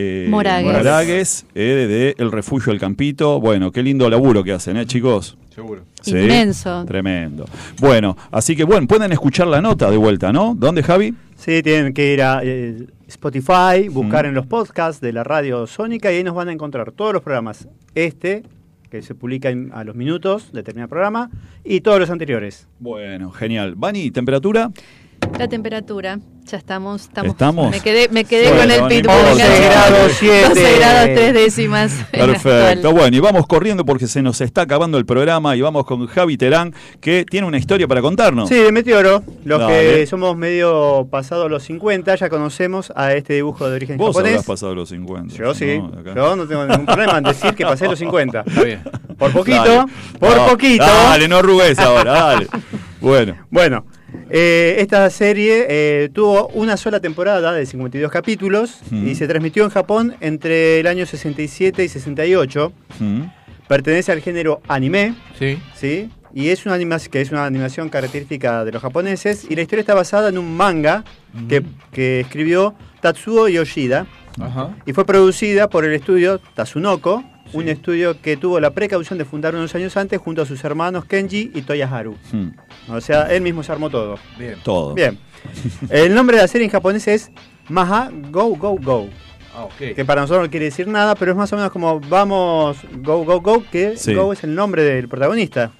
Moragues, de El Refugio El Campito. Bueno, qué lindo laburo que hacen, chicos.
Seguro.
Sí,
inmenso.
Tremendo. Bueno, así que bueno, pueden escuchar la nota de vuelta, ¿no? ¿Dónde, Javi?
Sí, tienen que ir a Spotify, buscar en los podcasts de la Radio Sónica y ahí nos van a encontrar todos los programas. Que se publica a los minutos, determinado programa, y todos los anteriores.
Bueno, genial. Vani, ¿temperatura?
La temperatura, ya estamos.
¿Estamos?
Me quedé
Bueno,
con el pitbull.
12 grados 7.
12 grados 3 décimas.
Perfecto. Bueno, y vamos corriendo porque se nos está acabando el programa y vamos con Javi Terán, que tiene una historia para contarnos.
Sí, de Meteoro. Los
Dale.
que somos medio pasados los 50 ya conocemos a este dibujo de origen
Vos
japonés.
habrás pasado los 50.
Yo sí.
¿no? Acá.
Yo no tengo ningún problema en decir que pasé los 50.
Está bien.
Por poquito.
Dale.
Poquito.
Dale, no arrugues ahora, dale. Bueno.
Esta serie tuvo una sola temporada de 52 capítulos y se transmitió en Japón entre el año 67 y 68. Pertenece al género anime, ¿sí? Y es una animación característica de los japoneses. Y la historia está basada en un manga que escribió Tatsuo Yoshida.
Ajá.
Y fue producida por el estudio Tatsunoko, un estudio que tuvo la precaución de fundar unos años antes junto a sus hermanos Kenji y Toyaharu. O sea, él mismo se armó todo.
Bien.
Todo.
Bien. El nombre de la serie en japonés es Maha Go Go Go.
Ah, okay.
Que para nosotros no quiere decir nada, pero es más o menos como vamos Go Go Go, que Go es el nombre del protagonista.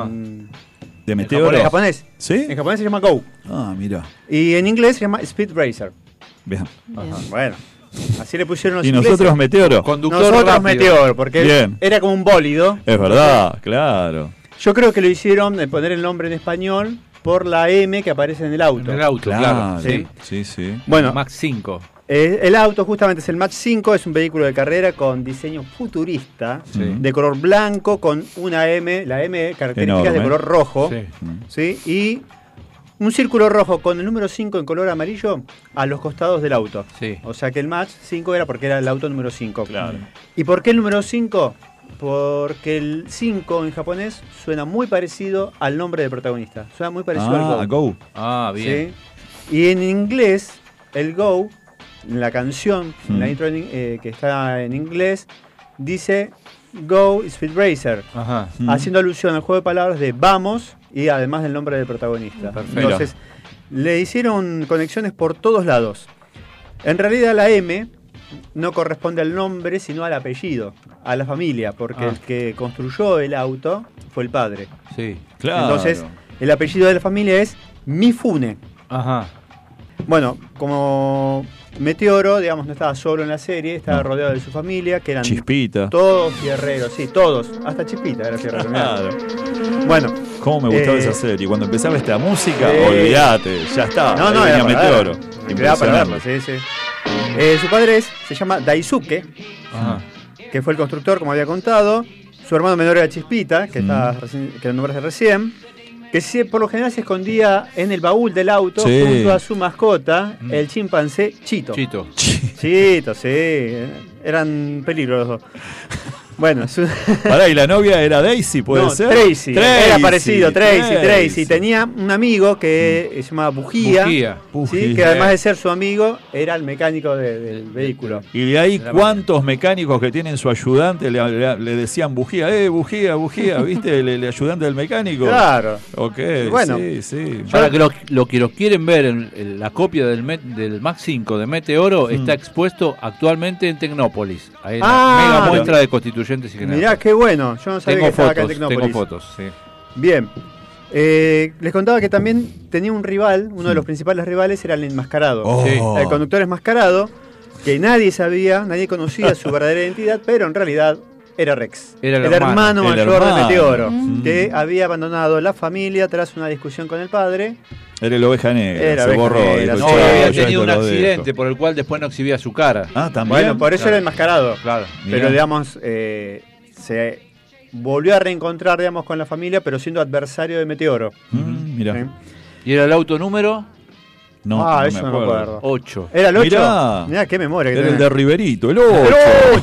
¿De Meteoro?
En japonés.
¿Sí?
En japonés se llama Go.
Ah, mira.
Y en inglés se llama Speed Racer.
Bien.
Ajá. Bueno. Así le pusieron los
¿Y
ingleses.
nosotros Meteoro?
Nosotros
rápido.
Meteor, porque
Bien.
era como un bólido.
Es verdad, claro.
Yo creo que lo hicieron de poner el nombre en español por la M que aparece en el auto.
En el auto, claro.
Sí.
Bueno,
Max 5.
el auto justamente es el Mach 5, es un vehículo de carrera con diseño futurista, de color blanco, con una M, la M característica
enorme.
de color rojo,
Sí.
¿sí? Y un círculo rojo con el número 5 en color amarillo a los costados del auto.
Sí.
O sea que el match 5 era porque era el auto número 5.
Claro.
¿Y por qué el número 5? Porque el 5 en japonés suena muy parecido al nombre del protagonista. Suena muy parecido al Go.
Ah, bien.
¿Sí? Y en inglés, el Go, en la canción, en la intro que está en inglés, dice Go Speed Racer.
Ajá.
Haciendo alusión al juego de palabras de vamos y además del nombre del protagonista.
Perfecto.
Entonces, le hicieron conexiones por todos lados. En realidad la M no corresponde al nombre, sino al apellido, a la familia, porque el que construyó el auto fue el padre.
Sí,
claro.
Entonces, el apellido de la familia es Mifune.
Ajá.
Bueno, como Meteoro, digamos, no estaba solo en la serie, estaba rodeado de su familia, que eran
Chispita.
todos fierreros, sí, todos. Hasta Chispita era fierrero.
Claro.
Bueno.
¿Cómo me gustaba esa serie? Cuando empezaba esta música,
Sí.
olvídate, ya está.
No,
ahí venía
era para
Meteoro.
verlo. Era para verlo, sí, sí. Su padre se llama Daisuke,
Ajá.
que fue el constructor, como había contado. Su hermano menor era Chispita, que lo nombraste recién. Que por lo general se escondía en el baúl del auto junto a su mascota, el chimpancé Chito.
Chito,
sí. Eran peligros los dos. Bueno,
Pará, ¿y la novia era Daisy, puede ser?
Tracy. Era parecido, Tracy. Tenía un amigo que se llamaba Bujía. ¿Sí? Que además de ser su amigo, era el mecánico del vehículo.
Y de ahí, ¿cuántos mecánicos que tienen su ayudante le decían Bujía? Bujía, ¿viste? El ayudante del mecánico.
Claro.
Ok,
bueno,
sí.
Para que lo que lo quieren ver, en la copia del Mac 5 de Meteoro está expuesto actualmente en Tecnópolis. Ahí en la mega muestra de Constituyentes y Generales.
Mirá, qué bueno. Yo no sabía que estaba acá en Tecnópolis.
Tengo fotos, sí.
Bien. Les contaba que también tenía un rival, uno de los principales rivales era el enmascarado.
Sí.
El conductor enmascarado, que nadie conocía su verdadera identidad, pero en realidad era Rex.
Era
el hermano mayor de Meteoro, que
Mm.
había abandonado la familia tras una discusión con el padre.
Era el oveja negra, se
oveja
borró.
negra,
dijo,
No,
"Chao,
había
yo
tenido un
esto lo
accidente
dejo".
por el cual después no exhibía su cara.
Ah, también.
Bueno, por eso era enmascarado.
Claro.
Pero
Mirá.
digamos, se volvió a reencontrar, digamos, con la familia, pero siendo adversario de Meteoro.
Mirá.
¿Sí?
¿Y era el auto número?
No,
eso no me acuerdo.
8.
¿Era el 8?
Mirá.
Mirá, qué memoria que
Era el
tenés.
de Riverito, el 8.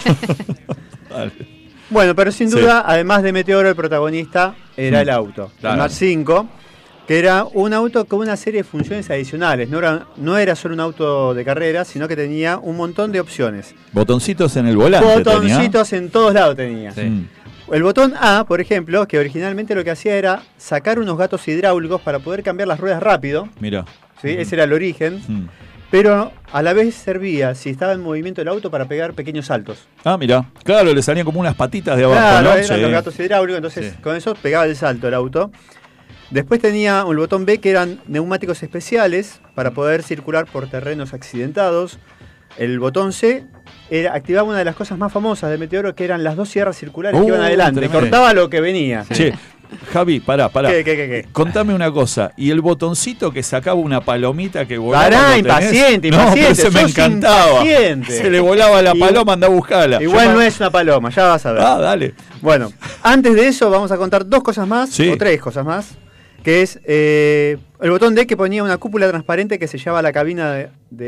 Dale.
Bueno, pero sin duda, además de Meteoro, el protagonista era el auto.
Claro.
El Mark 5, que era un auto con una serie de funciones adicionales. No era solo un auto de carrera, sino que tenía un montón de opciones.
Botoncitos en el volante.
Botoncitos en todos lados tenía.
Sí.
El botón A, por ejemplo, que originalmente lo que hacía era sacar unos gatos hidráulicos para poder cambiar las ruedas rápido.
Mirá.
¿Sí? Ese era el origen. Pero a la vez servía, si estaba en movimiento el auto, para pegar pequeños saltos.
Ah, mirá. Claro, le salían como unas patitas de abajo,
Claro,
¿no?
eran los gatos hidráulicos, entonces con eso pegaba el salto el auto. Después tenía el botón B, que eran neumáticos especiales para poder circular por terrenos accidentados. El botón C activaba una de las cosas más famosas de Meteoro, que eran las dos sierras circulares que iban adelante.
Tremendo.
Cortaba lo que venía.
Che, Javi, pará.
¿Qué?
Contame una cosa. ¿Y el botoncito que sacaba una palomita que volaba?
Pará,
¿lo tenés?
impaciente.
No, pero ese me
sos
encantaba.
impaciente.
Se le volaba la paloma, anda a buscarla.
Igual no es una paloma, ya vas a ver.
Ah, dale.
Bueno, antes de eso vamos a contar dos cosas más, o tres cosas más, que es el botón D, que ponía una cúpula transparente que sellaba la cabina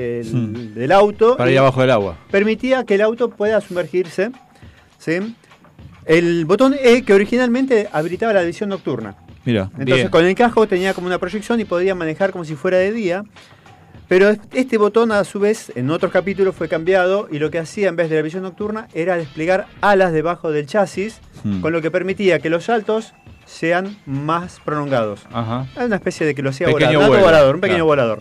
del auto.
Para ir abajo del agua.
Permitía que el auto pueda sumergirse. ¿Sí? El botón E, que originalmente habilitaba la visión nocturna.
Mira.
Entonces con el casco tenía como una proyección y podía manejar como si fuera de día. Pero este botón, a su vez, en otros capítulos fue cambiado, y lo que hacía en vez de la visión nocturna era desplegar alas debajo del chasis, con lo que permitía que los saltos sean más prolongados.
Ajá.
Era una especie de que lo hacía
Pequeño
volador, un pequeño
claro.
volador.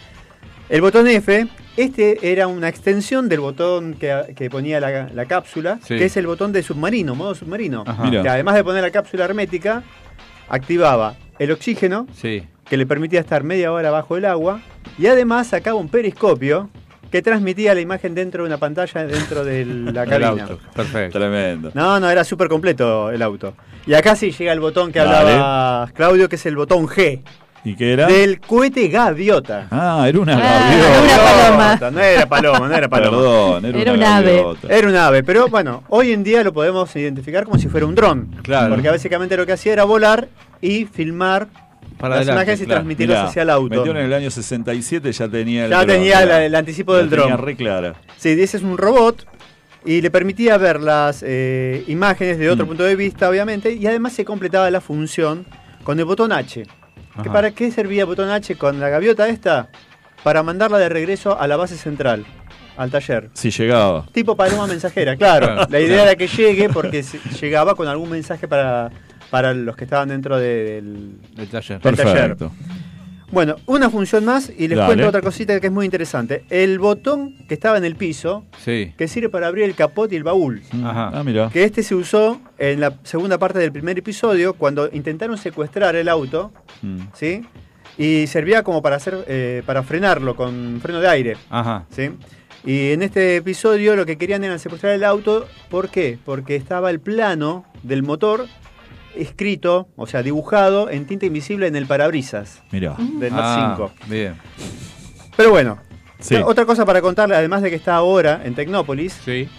El botón F, era una extensión del botón que ponía la cápsula,
Sí.
que es el botón de submarino, modo submarino.
Ajá.
Mira.
Que además de poner la cápsula hermética, activaba el oxígeno,
Sí.
que le permitía estar media hora bajo el agua, y además sacaba un periscopio que transmitía la imagen dentro de una pantalla dentro de la
El
cabina.
auto. Perfecto.
Tremendo.
No, era súper completo el auto. Y acá sí llega el botón que
Dale.
hablaba Claudio, que es el botón G,
¿Y qué era?
del cohete gaviota.
Ah, era una
Ah,
gaviota.
una paloma.
No era paloma.
Perdón,
Era
una
un ave.
gaviota.
Era un ave, pero bueno, hoy en día lo podemos identificar como si fuera un dron.
Claro.
Porque básicamente lo que hacía era volar y filmar las imágenes y transmitirlas hacia el auto.
Metió en el año 67, ya tenía
el anticipo del dron.
Tenía re clara.
Sí, ese es un robot y le permitía ver las imágenes de otro punto de vista, obviamente, y además se completaba la función con el botón H. ¿Para qué servía el botón H con la gaviota esta? Para mandarla de regreso a la base central, al taller.
Si llegaba.
Tipo paloma mensajera, claro. La idea era que llegue porque llegaba con algún mensaje para los que estaban dentro del taller.
Perfecto.
Bueno, una función más y les cuento otra cosita que es muy interesante. El botón que estaba en el piso, que sirve para abrir el capot y el baúl.
Mira.
Que este se usó en la segunda parte del primer episodio cuando intentaron secuestrar el auto, ¿sí? Y servía como para para frenarlo con freno de aire. ¿Sí? Y en este episodio lo que querían era secuestrar el auto. ¿Por qué? Porque estaba el plano del motor escrito, o sea, dibujado en tinta invisible en el parabrisas.
Mirá.
Del Mach 5.
Bien.
Pero bueno, otra cosa para contarle, además de que está ahora en Tecnópolis, ¿sí?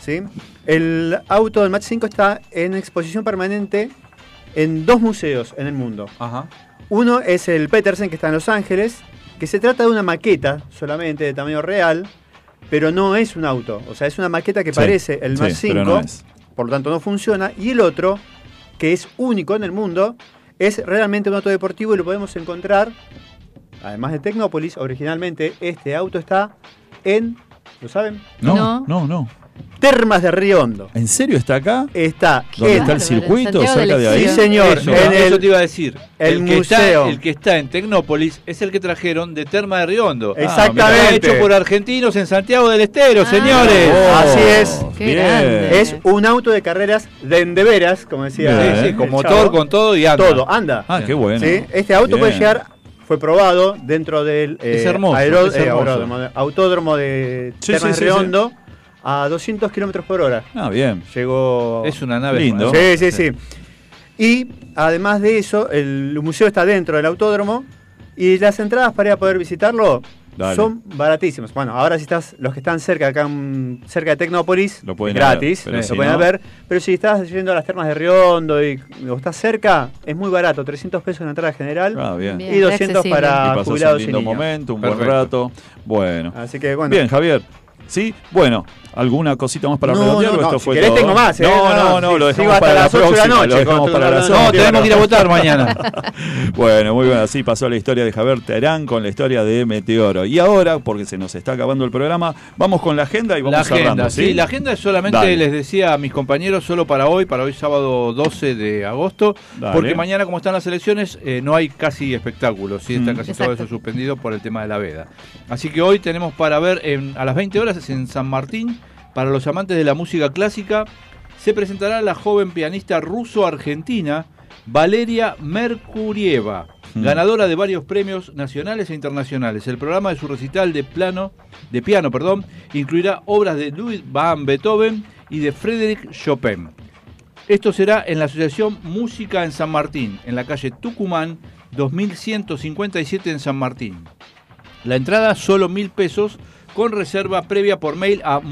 El auto del Mach 5 está en exposición permanente en 2 museos en el mundo. Uno es el Petersen, que está en Los Ángeles, que se trata de una maqueta solamente de tamaño real, pero no es un auto. O sea, es una maqueta que parece el Mach 5, por lo tanto no funciona. Y el otro, que es único en el mundo, es realmente un auto deportivo y lo podemos encontrar, además de Tecnópolis. Originalmente este auto está en... ¿Lo saben?
No.
Termas de Río Hondo.
¿En serio está acá?
Está.
¿Dónde está el circuito? ¿Cerca de ahí?
Sí, señor.
Eso te iba a decir.
El museo.
El que está en Tecnópolis es el que trajeron de Termas de Río Hondo.
Exactamente.
Hecho por argentinos en Santiago del Estero, señores.
Así es.
Qué grande.
Es un auto de carreras de endeveras, como decía.
Sí, con motor, con todo y anda.
Todo, anda.
Qué bueno.
¿Sí? Este auto puede llegar... Fue probado dentro del autódromo de Termas de Río Hondo a 200 kilómetros por hora.
Bien.
Llegó.
Es una nave.
Lindo. Sí. Y además de eso, el museo está dentro del autódromo y las entradas para ir a poder visitarlo son baratísimas. Bueno, ahora si estás, los que están cerca de Tecnópolis,
lo pueden
gratis,
ver,
lo pueden ver. Pero si estás yendo a las Termas de Río Hondo o estás cerca, es muy barato, 300 pesos en la entrada general
bien.
Y 200 para jubilados y niños.
Un lindo momento, un buen rato. Bueno.
Así que bueno.
Bien, Javier. ¿Sí? Bueno, ¿alguna cosita más para redondear?
No,
esto
si
fue
querés
todo.
tengo más.
No, lo dejamos para la próxima. Lo dejamos para la próxima.
No, tenemos que ir a votar mañana.
Bueno, muy bien. Así pasó la historia de Javier Terán con la historia de Meteoro. Y ahora, porque se nos está acabando el programa, vamos con la agenda y vamos cerrando.
Sí, la agenda es solamente, les decía a mis compañeros, solo para hoy sábado 12 de agosto, porque mañana, como están las elecciones, no hay casi espectáculos. ¿Sí? Está casi todo eso suspendido por el tema de la veda. Así que hoy tenemos para ver a las 20 horas en San Martín, para los amantes de la música clásica, se presentará la joven pianista ruso-argentina Valeria Merkurieva, ganadora de varios premios nacionales e internacionales. El programa de su recital de piano, incluirá obras de Ludwig van Beethoven y de Frédéric Chopin. Esto será en la Asociación Música en San Martín, en la calle Tucumán, 2157 en San Martín. La entrada solo 1.000 pesos, con reserva previa por mail a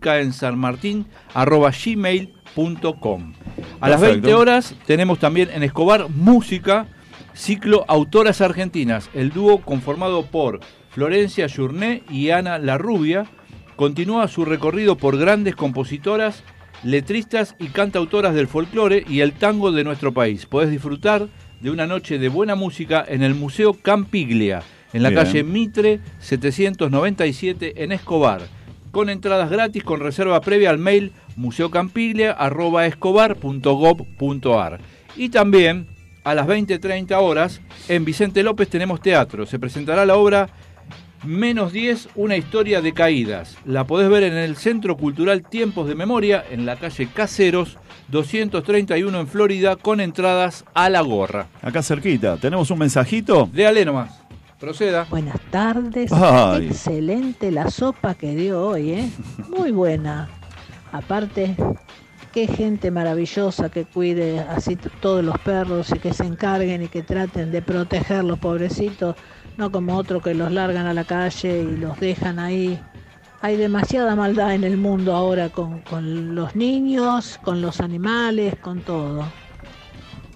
musicaensanmartin@gmail.com. A las 20 horas tenemos también en Escobar Música, ciclo Autoras Argentinas. El dúo conformado por Florencia Journé y Ana Larrubia continúa su recorrido por grandes compositoras, letristas y cantautoras del folclore y el tango de nuestro país. Podés disfrutar de una noche de buena música en el Museo Campiglia, en la calle Mitre 797 en Escobar, con entradas gratis con reserva previa al mail museocampiglia@escobar.gov.ar. Y también a las 20:30 horas en Vicente López tenemos teatro. Se presentará la obra -10, una historia de caídas. La podés ver en el Centro Cultural Tiempos de Memoria, en la calle Caseros 231 en Florida, con entradas a la gorra.
Acá cerquita, ¿tenemos un mensajito?
Léale nomás. Proceda.
Buenas tardes.
Ay.
Excelente la sopa que dio hoy, ¿eh? Muy buena. Aparte, qué gente maravillosa que cuide así todos los perros y que se encarguen y que traten de protegerlos, pobrecitos, no como otros que los largan a la calle y los dejan ahí. Hay demasiada maldad en el mundo ahora con los niños, con los animales, con todo.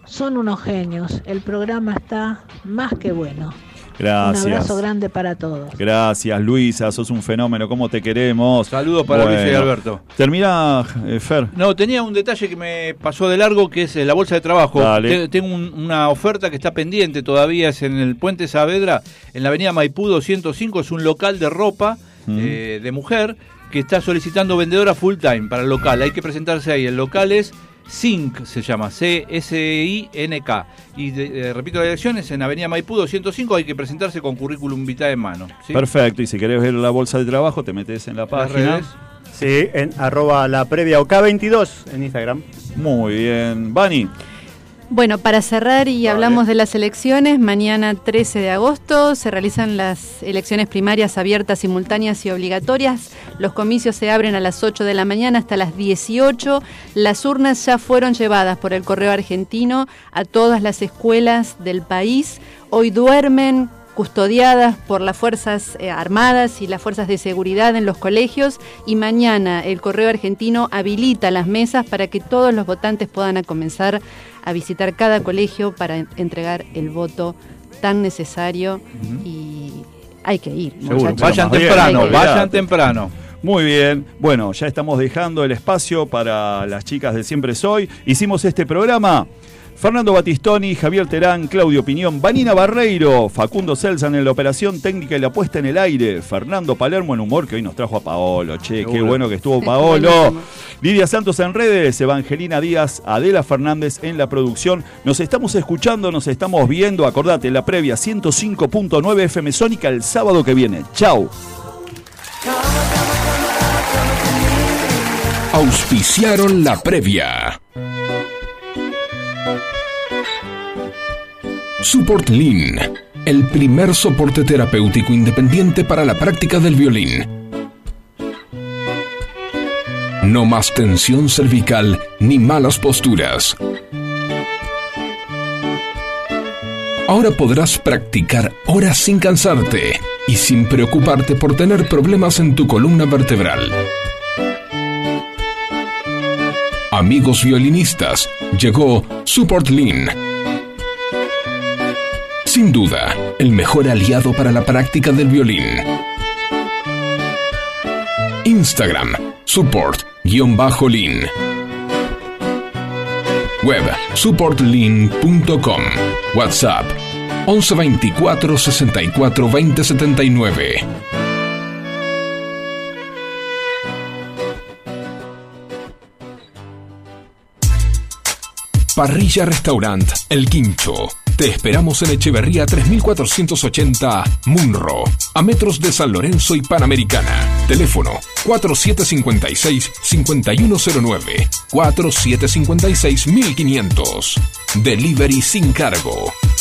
Son unos genios. El programa está más que bueno.
Gracias.
Un abrazo grande para todos.
Gracias, Luisa, sos un fenómeno, cómo te queremos.
Saludos para Luisa y Alberto.
Termina, Fer.
No, tenía un detalle que me pasó de largo, que es la bolsa de trabajo. Tengo una oferta que está pendiente todavía, es en el Puente Saavedra, en la avenida Maipú 205, es un local de ropa de mujer que está solicitando vendedora full time para el local. Hay que presentarse ahí. El local es Sink, se llama, C-S-I-N-K. Y repito, la dirección es en Avenida Maipú 205, hay que presentarse con currículum vitae en mano. ¿Sí?
Perfecto, y si querés ver la bolsa de trabajo, te metes en la página.
Sí, en @lapreviaok22 en Instagram.
Muy bien. Vani.
Bueno, para cerrar y hablamos de las elecciones, mañana 13 de agosto se realizan las elecciones primarias abiertas, simultáneas y obligatorias. Los comicios se abren a las 8 de la mañana hasta las 18. Las urnas ya fueron llevadas por el correo argentino a todas las escuelas del país. Hoy duermen custodiadas por las Fuerzas Armadas y las Fuerzas de Seguridad en los colegios, y mañana el correo argentino habilita las mesas para que todos los votantes puedan comenzar a visitar cada colegio para entregar el voto tan necesario y hay que ir.
Seguro, vayan temprano. Muy bien, bueno, ya estamos dejando el espacio para las chicas de Siempre Soy. Hicimos este programa Fernando Battistoni, Javier Terán, Claudio Piñón, Vanina Barreiro, Facundo Celsan en la operación técnica y la puesta en el aire, Fernando Palermo en humor, que hoy nos trajo a Paolo. Che, qué bueno que estuvo Paolo. Lidia Santos en redes, Evangelina Díaz, Adela Fernández en la producción. Nos estamos escuchando, nos estamos viendo. Acordate, la previa 105.9 FM Sónica el sábado que viene. Chau.
Auspiciaron la previa. Support Lean, el primer soporte terapéutico independiente para la práctica del violín. No más tensión cervical ni malas posturas. Ahora podrás practicar horas sin cansarte y sin preocuparte por tener problemas en tu columna vertebral. Amigos violinistas, llegó Support Lean. Sin duda, el mejor aliado para la práctica del violín. Instagram, support_lean. Web, supportlean.com. WhatsApp, 11 24 64 20 79. Parrilla Restaurant El Quincho. Te esperamos en Echeverría 3480, Munro, a metros de San Lorenzo y Panamericana. Teléfono 4756-5109, 4756-1500. Delivery sin cargo.